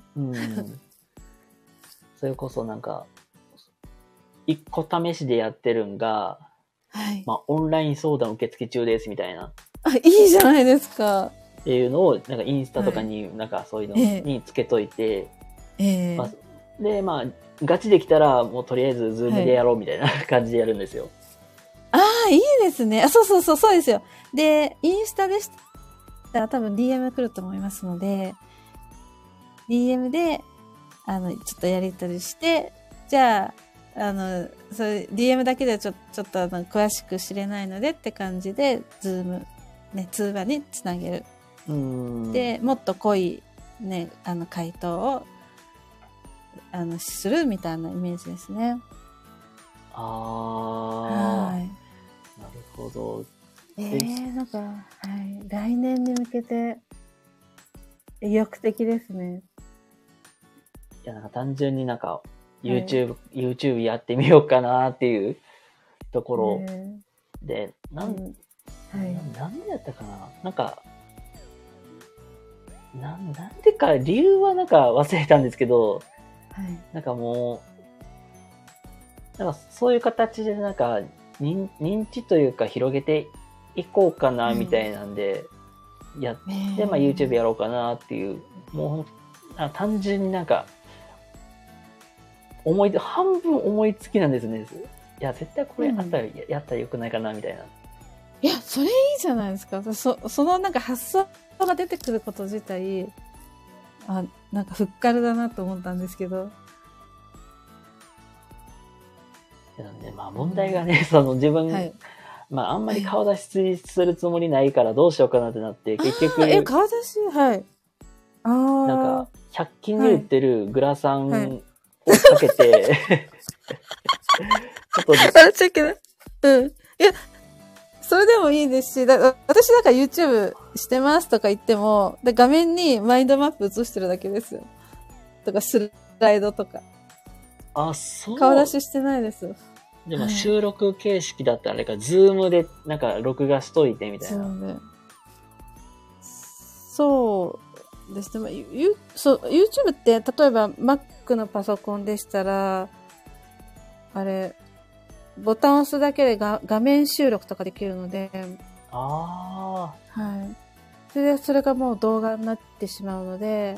Speaker 1: それこそ一個試しでやってるんが、オンライン相談受付中ですみたいな。
Speaker 2: いいじゃないですか。
Speaker 1: っていうのを、インスタとかに、そういうのにつけといて、で、ガチできたら、もうとりあえずズームでやろうみたいな感じでやるんですよ。
Speaker 2: いいですね。そうですよ。で、インスタでしたら多分 DM 来ると思いますので、DM で、ちょっとやり取りして、じゃあ、それ DM だけではちょっと詳しく知れないのでって感じで、ズーム、通話につなげる。で、もっと濃い、回答を、するみたいなイメージですね。
Speaker 1: なるほど。
Speaker 2: なんか、はい。来年に向けて、意欲的ですね。
Speaker 1: いや、なんか単純になんか、YouTube やってみようかなっていうところで、なんでやったかななんか、なんでか、理由はなんか忘れたんですけど、なんかもう、なんかそういう形でなんか認知というか広げていこうかなみたいなんで、やって、まあ YouTube やろうかなっていう、もう単純になんか、半分思いつきなんですね。いや、絶対これやったらよくないかなみたいな。
Speaker 2: いや、それいいじゃないですか。そのなんか発想が出てくること自体、なんかふっかるだなと思ったんですけど。
Speaker 1: まあ問題がね、自分、まああんまり顔出しするつもりないからどうしようかなってなって、結局。
Speaker 2: 顔出しはい。
Speaker 1: なんか、100均に売ってるグラサンをかけて、
Speaker 2: ちょっと。笑っちゃいけない。うん。いや、それでもいいですし、私なんか YouTube してますとか言っても、画面にマインドマップ映してるだけですよ。とか、スライドとか。
Speaker 1: そう。
Speaker 2: 顔出ししてないです。
Speaker 1: でも収録形式だったら、あれか、ズームでなんか録画しといてみたいな。
Speaker 2: そうですね。YouTube って、例えば Mac のパソコンでしたら、あれ、ボタンを押すだけで画面収録とかできるので。はい。それがもう動画になってしまうので。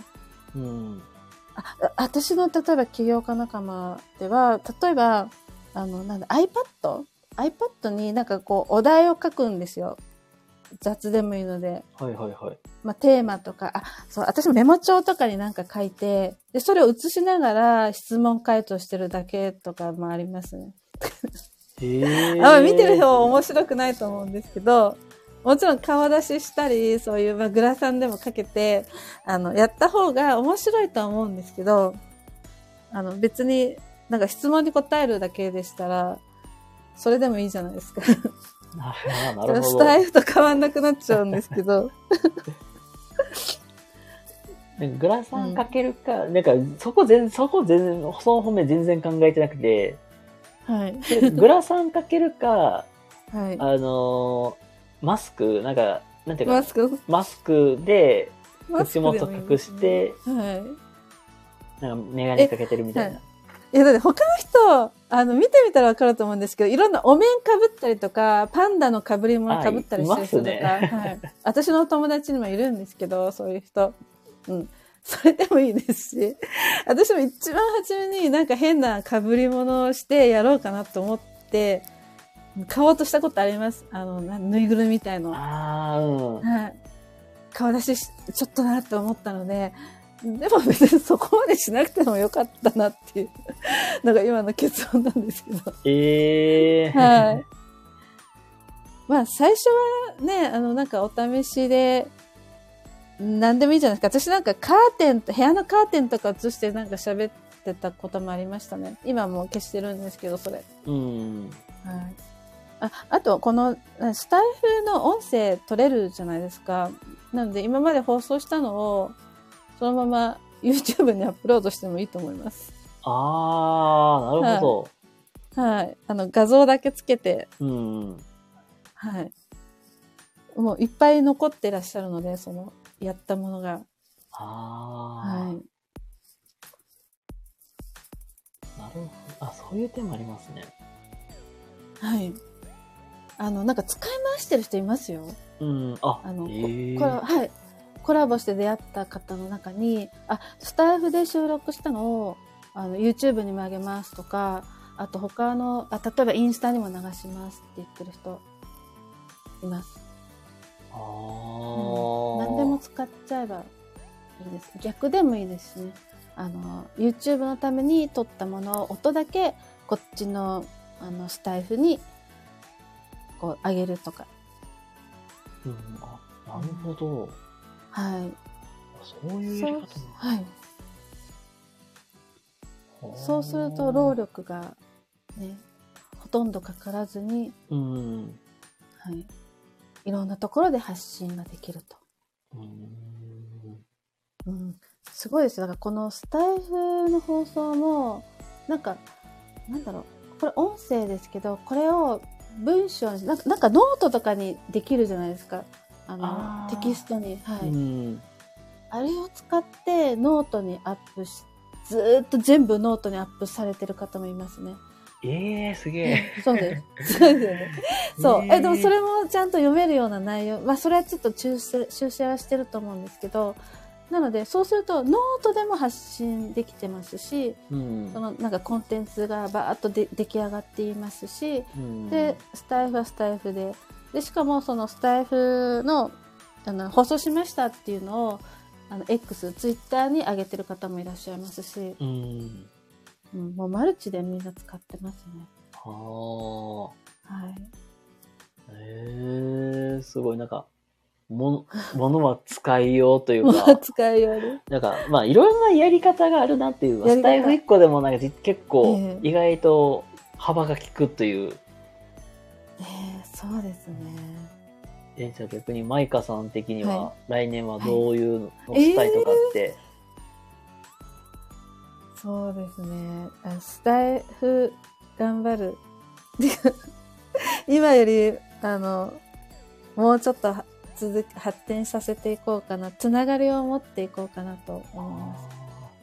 Speaker 2: 私の例えば起業家仲間では、例えば、iPad になんかこう、お題を書くんですよ。雑でもいいので。まあ、テーマとか、そう、私もメモ帳とかになんか書いて、で、それを写しながら質問回答してるだけとかもありますね。見てる人は面白くないと思うんですけど、もちろん顔出ししたり、そういう、グラサンでもかけて、やった方が面白いとは思うんですけど、別になんか質問に答えるだけでしたら、それでもいいじゃないですか。
Speaker 1: なるほど。
Speaker 2: スタイフと変わんなくなっちゃうんですけど。
Speaker 1: グラサンかけるか、なんか、その方面全然考えてなくて、グラサンかけるか、マスク、なんか、なんていうか、マスクで、口元隠して、なんか、メガネかけてるみたいな。
Speaker 2: いや、だって他の人、見てみたらわかると思うんですけど、いろんなお面かぶったりとか、パンダの被り物かぶったりしてる人とか、私の友達にもいるんですけど、そういう人。それでもいいですし、私も一番初めになんか変な被り物をしてやろうかなと思って、買おうとしたことあります。ぬいぐるみみたいの。顔出しちょっとなって思ったので、でも別にそこまでしなくてもよかったなっていう、なんか今の結論なんですけど。まあ最初はね、なんかお試しで、何でもいいじゃないですか。私なんか部屋のカーテンとか映してなんか喋ってたこともありましたね。今もう消してるんですけど、それ。あと、このスタイフの音声取れるじゃないですか。なので今まで放送したのを、そのまま YouTube にアップロードしてもいいと思います。
Speaker 1: なるほ
Speaker 2: ど。はい。画像だけつけて。はい。もういっぱい残ってらっしゃるので、やったものが。
Speaker 1: なるほど。そういう点もありますね。
Speaker 2: はい。なんか使い回してる人いますよ。はい。コラボして出会った方の中に、スタイフで収録したのを、YouTube にも上げますとか、あと他の、例えばインスタにも流しますって言ってる人、います。何でも使っちゃえばいいです。逆でもいいですしね。YouTube のために撮ったものを音だけ、こっちの、スタイフに、こう、上げるとか。
Speaker 1: なるほど。
Speaker 2: はい。
Speaker 1: そういうやり方も。
Speaker 2: はい。そうすると労力がね、ほとんどかからずに、はい。 いろんなところで発信ができると。うん、すごいですよ。だからこのスタイフの放送も、なんだろう、これ音声ですけど、これを文章に、なんかノートとかにできるじゃないですか。テキストに。はい。あれを使ってノートにアップずーっと全部ノートにアップされてる方もいますね。
Speaker 1: すげえ。
Speaker 2: そうです。そうですよね。そう。でもそれもちゃんと読めるような内容。まあそれはちょっと修正はしてると思うんですけど、なのでそうするとノートでも発信できてますし、そのなんかコンテンツがバーッと出来上がっていますし、で、スタイフはスタイフで、しかもそのスタイフの、放送しましたっていうのを、X、ツイッターに上げてる方もいらっしゃいますし、もうマルチでみんな使ってますね。
Speaker 1: はい。すごい、なんか、ものは使いようというか。
Speaker 2: 使いようで。
Speaker 1: なんか、まあ、いろんなやり方があるなっていう。スタイフ1個でもなんか結構、意外と幅が利くという。
Speaker 2: そうですね。
Speaker 1: じゃあ逆にマイカさん的には、来年はどういうのをしたいとかって。
Speaker 2: そうですね。スタイフ頑張る。今より、もうちょっと発展させていこうかな。つながりを持っていこうかなと思います。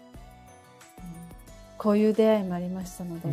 Speaker 2: こういう出会いもありましたの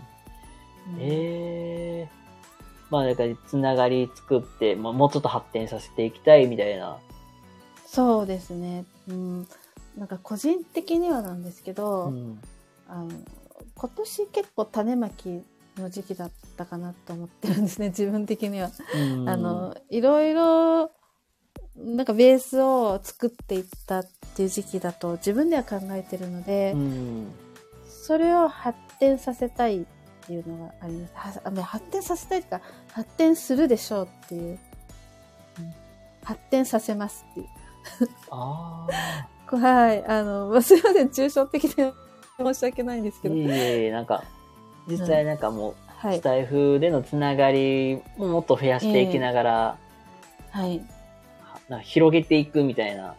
Speaker 2: で。
Speaker 1: まあ、なんかつながり作って、まあ、もうちょっと発展させていきたいみたいな。
Speaker 2: そうですね。なんか個人的にはなんですけど、今年結構種まきの時期だったかなと思ってるんですね、自分的には。いろいろ、なんかベースを作っていったっていう時期だと自分では考えてるので、それを発展させたいっていうのがあります。発展させたいというか、発展するでしょうっていう。発展させますっていう。はい。すいません、抽象的で申し訳ないんですけど。
Speaker 1: なんか、実際なんかもう、スタイフでのつながりももっと増やしていきながら、広げていくみたいな。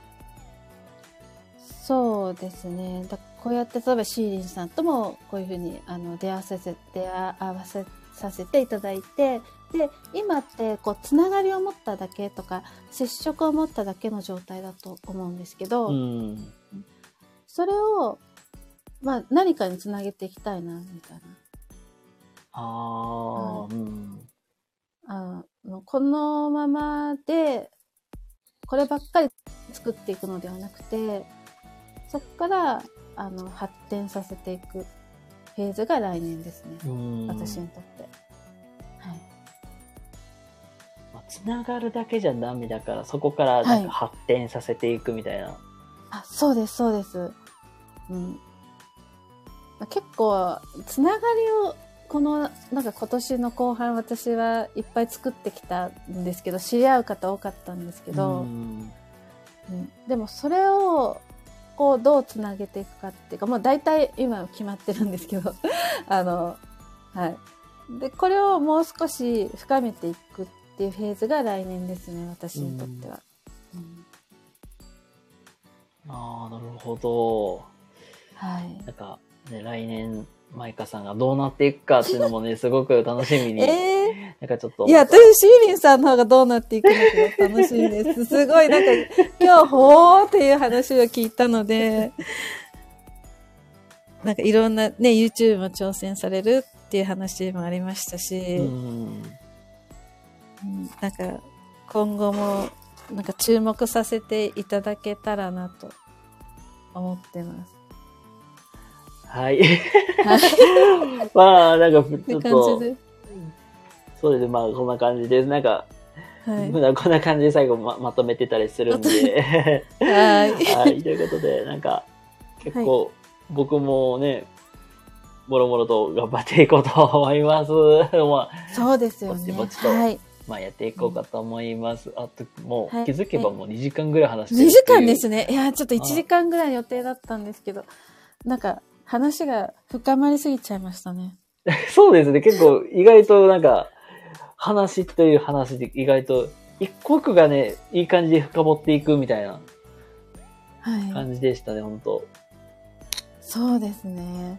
Speaker 2: そうですね。こうやって例えばシーリンさんともこういうふうに出会わせさせていただいて、で今ってこうつながりを持っただけとか接触を持っただけの状態だと思うんですけど、それをまあ何かにつなげていきたいなみたいな。このままでこればっかり作っていくのではなくて、そこから発展させていくフェーズが来年ですね。私にとって。
Speaker 1: つながるだけじゃダメだから、そこからなんか発展させていくみたいな。
Speaker 2: そうです、そうです。結構、つながりを、なんか今年の後半私はいっぱい作ってきたんですけど、知り合う方多かったんですけど、でもそれを、こうどうつなげていくかっていうか、もう大体今決まってるんですけど、で、これをもう少し深めていくっていうフェーズが来年ですね、私にとっては。
Speaker 1: なるほど。なんか、ね、来年、マイカさんがどうなっていくかっていうのもね、すごく楽しみに。なんかちょっと。
Speaker 2: いや、私、シーリンさんの方がどうなっていくのか楽しみです。すごい、なんか、今日、ほーっていう話を聞いたので、なんかいろんなね、YouTube も挑戦されるっていう話もありましたし、なんか、今後も、なんか注目させていただけたらなと思ってます。
Speaker 1: はい。まあ、なんか、ちょっと、そうですね、まあ、こんな感じです。なんか、普段こんな感じで最後 まとめてたりするんで。はい。ということで、なんか、結構、僕もね、もろもろと頑張っていこうと思います。
Speaker 2: そうですよね。
Speaker 1: ぼちぼちと、まあ、やっていこうかと思います。あと、もう、気づけばもう2時間ぐらい話してる。
Speaker 2: 2時間ですね。いや、ちょっと1時間ぐらい予定だったんですけど、なんか、話が深まりすぎちゃいましたね。
Speaker 1: そうですね。結構、意外となんか、話という話で意外と一個一個がね、いい感じで深掘っていくみたいな
Speaker 2: はい。
Speaker 1: 感じでしたね、本当。
Speaker 2: そうですね。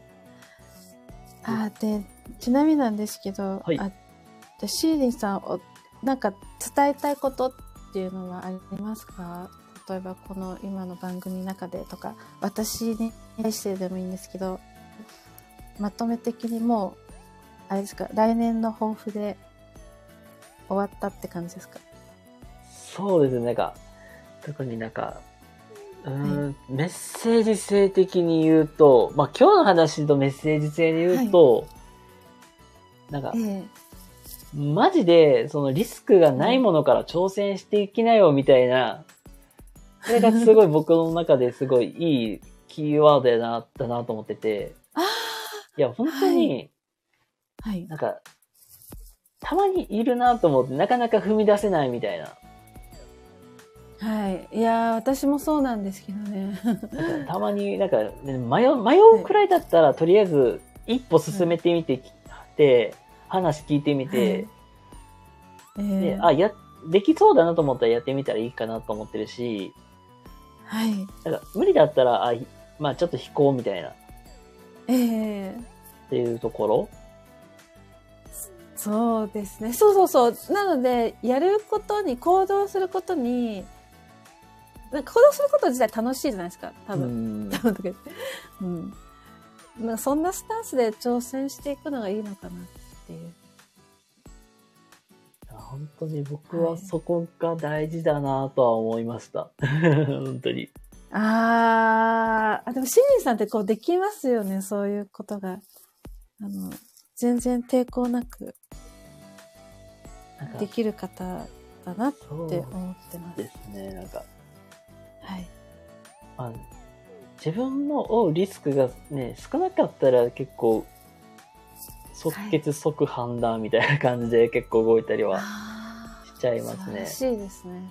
Speaker 2: で、ちなみになんですけど、
Speaker 1: はい
Speaker 2: でシーリンさんなんか伝えたいことっていうのはありますか？例えばこの今の番組の中でとか、私に対してでもいいんですけど、まとめ的にもう、あれですか、来年の抱負で終わったって感じですか？
Speaker 1: そうですね、なんか、特になんか、メッセージ性的に言うと、まあ今日の話とメッセージ性に言うと、なんか、マジで、そのリスクがないものから挑戦していきなよみたいな、それがすごい僕の中ですごいいいキーワードだなと思ってて、いや、本当に、
Speaker 2: はい。
Speaker 1: なんか、たまにいるなと思って、なかなか踏み出せないみたいな。
Speaker 2: はい。いやー、私もそうなんですけどね。
Speaker 1: なんかたまになんか、迷うくらいだったら、とりあえず一歩進めてみて、話聞いてみて、で、できそうだなと思ったらやってみたらいいかなと思ってるし、
Speaker 2: はい。
Speaker 1: なんか無理だったら、まあちょっと引こうみたいな、っていうところ。
Speaker 2: そうですね。そうそうそう。なので、やることに、行動することに、なんか行動すること自体楽しいじゃないですか。多分だけど。なんかそんなスタンスで挑戦していくのがいいのかなっていう。
Speaker 1: 本当に僕はそこが大事だなとは思いました。本当に。
Speaker 2: でもシリンさんってこうできますよね。そういうことが。全然抵抗なくできる方だなって思ってます。
Speaker 1: ですね。なんか、
Speaker 2: はい。
Speaker 1: 自分の負うリスクがね、少なかったら結構、即決即判断みたいな感じで結構動いたりはしちゃいますね。
Speaker 2: 素晴らしいですね。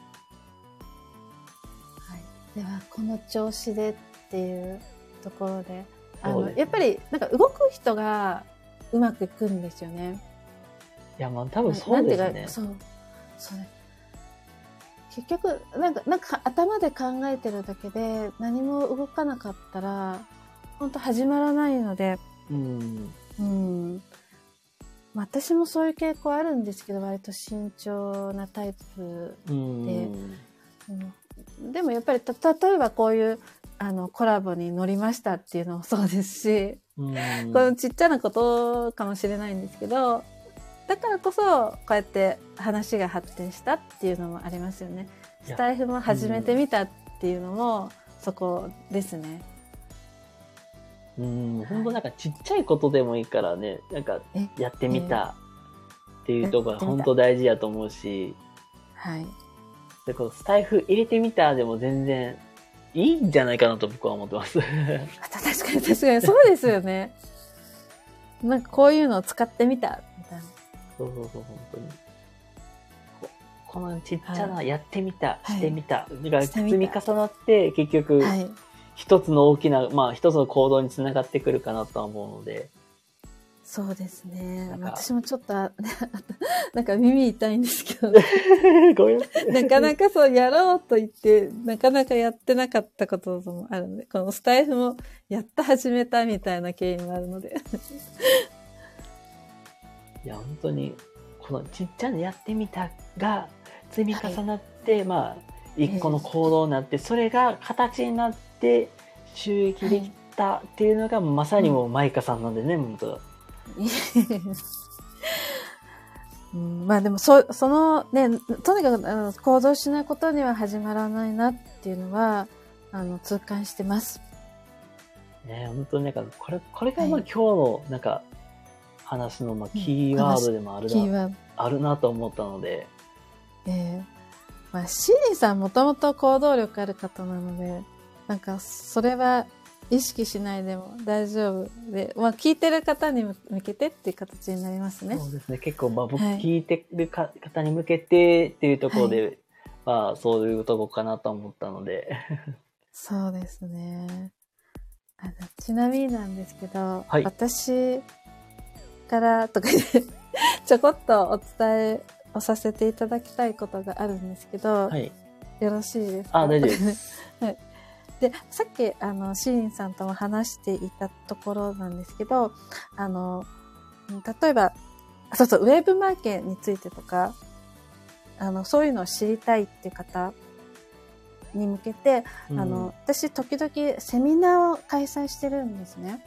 Speaker 2: はい。では、この調子でっていうところで、やっぱりなんか動く人がうまくいくんですよね。
Speaker 1: いや、まあ多分そうですね。
Speaker 2: そう。結局、なんか頭で考えてるだけで何も動かなかったら、本当始まらないので、私もそういう傾向あるんですけど、割と慎重なタイプで、でもやっぱり例えばこういうコラボに乗りましたっていうのもそうですし、このちっちゃなことかもしれないんですけど、だからこそこうやって話が発展したっていうのもありますよね。スタイフも始めてみたっていうのもそこですね。
Speaker 1: 本当なんかちっちゃいことでもいいからね、なんかやってみたっていうところが本当大事やと思うし、でこのスタイフ入れてみたでも全然いいんじゃないかなと僕は思ってます。
Speaker 2: 確かにそうですよね。なんかこういうのを使ってみたみたいな。
Speaker 1: そう本当に。このちっちゃなやってみた、してみたが積み重なって結局、一つの大きな、一つの行動につながってくるかなとは思うので。
Speaker 2: そうですね。私もちょっと、なんか耳痛いんですけど、
Speaker 1: ごめんなさい。
Speaker 2: なかなかそうやろうと言って、なかなかやってなかったこともあるので、このスタイフもやっと始めたみたいな経緯もあるので。
Speaker 1: いや、本当に、このちっちゃなやってみたが積み重なって、一個の行動になって、それが形になって収益できたっていうのが、まさにもうマイカさんなんでね、本当。
Speaker 2: でもそのね、とにかく行動しないことには始まらないなっていうのは痛感してます。
Speaker 1: ね、本当になんかこれが今日のなんか話のキーワードでもあるなと思ったので。
Speaker 2: シーリンさんもともと行動力ある方なので、なんかそれは意識しないでも大丈夫で、聞いてる方に向けてっていう形になりますね。
Speaker 1: そうですね。結構僕聞いてる方に向けてっていうところで、そういうとこかなと思ったので。
Speaker 2: そうですね。ちなみになんですけど、私からとかでちょこっとお伝えさせていただきたいことがあるんですけど、
Speaker 1: はい。
Speaker 2: よろしいですか？
Speaker 1: あ、大丈夫です。
Speaker 2: はい。で、さっき、シーンさんとも話していたところなんですけど、例えば、そうそう、ウェブマーケについてとか、そういうのを知りたいっていう方に向けて、私、時々セミナーを開催してるんですね。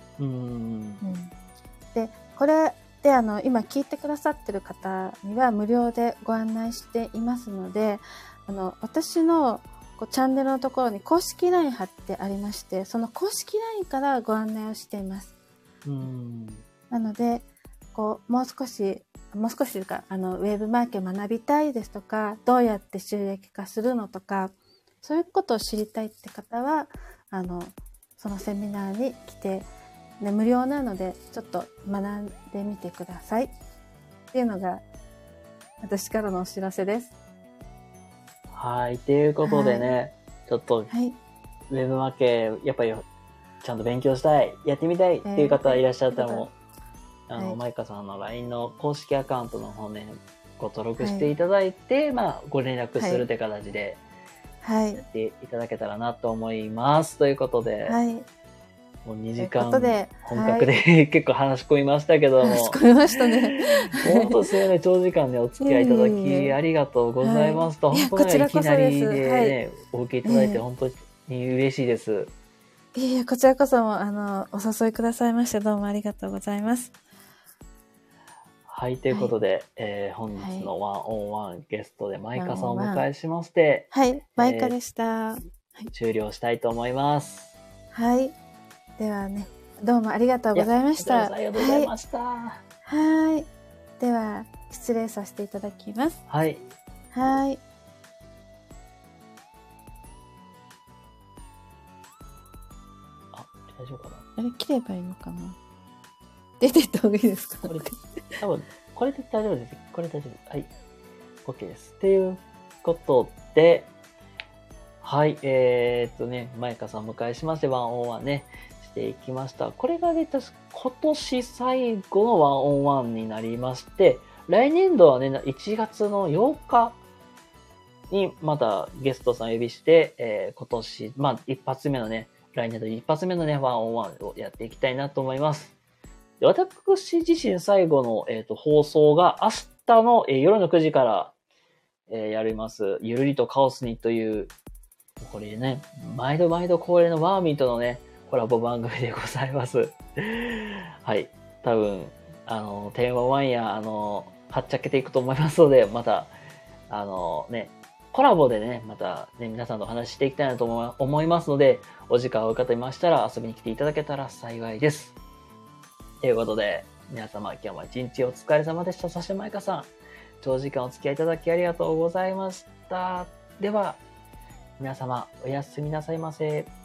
Speaker 2: で、これで、今聞いてくださってる方には無料でご案内していますので、私のチャンネルのところに公式 LINE 貼ってありまして、その公式 LINE からご案内をしています。なので、もう少しというか、ウェブマーケ学びたいですとか、どうやって収益化するのとか、そういうことを知りたいって方は、そのセミナーに来て、ね、無料なので、ちょっと学んでみてください。っていうのが、私からのお知らせです。
Speaker 1: はい。ということでね、はい、ちょっと、
Speaker 2: はい、
Speaker 1: ウェブマーケやっぱり、ちゃんと勉強したい、やってみたいっていう方いらっしゃったらもマイカさんの LINE の公式アカウントの方ね、ご登録していただいて、ご連絡するって形で、やっていただけたらなと思います。ということで、もう2時間本格で、結構話し込みましたけども。
Speaker 2: 話し込みましたね。
Speaker 1: 本当ですよね、長時間でお付き合いいただきありがとうございますと、本当にいきなりでね、お受けいただいて本当に嬉しいです。
Speaker 2: いや、こちらこそもお誘いくださいましてどうもありがとうございます。
Speaker 1: はい、ということで、本日のワンオンワンゲストでマイカさんをお迎えしまして、
Speaker 2: はい、マイカでした。
Speaker 1: 終了したいと思います。
Speaker 2: はい。ではね、どうもありがとうございました。
Speaker 1: ありがとうございました。
Speaker 2: はい。では、失礼させていただきます。
Speaker 1: はい。
Speaker 2: はい。
Speaker 1: あ、大丈夫かな？
Speaker 2: あれ、切ればいいのかな？出てった方がいいですか？
Speaker 1: 多分、これで大丈夫です。これ大丈夫。はい。OK です。っていうことで、はい。マイカさんをお迎えしまして、ワンオンワンね、していきました。これがね、今年最後のワンオンワンになりまして、来年度はね、1月の8日にまたゲストさん呼びして、今年、一発目のね、来年度一発目のね、ワンオンワンをやっていきたいなと思います。で、私自身最後の、放送が明日の、夜の9時から、やります、ゆるりとカオスにという、これね、毎度恒例のワーミーとのね、コラボ番組でございます。はい。多分、テーマワンや、はっちゃけていくと思いますので、また、コラボでね、またね、皆さんとお話ししていきたいなと思いますので、お時間をお方いましたら遊びに来ていただけたら幸いです。ということで、皆様今日も一日お疲れ様でした。そしてマイカさん、長時間お付き合いいただきありがとうございました。では、皆様おやすみなさいませ。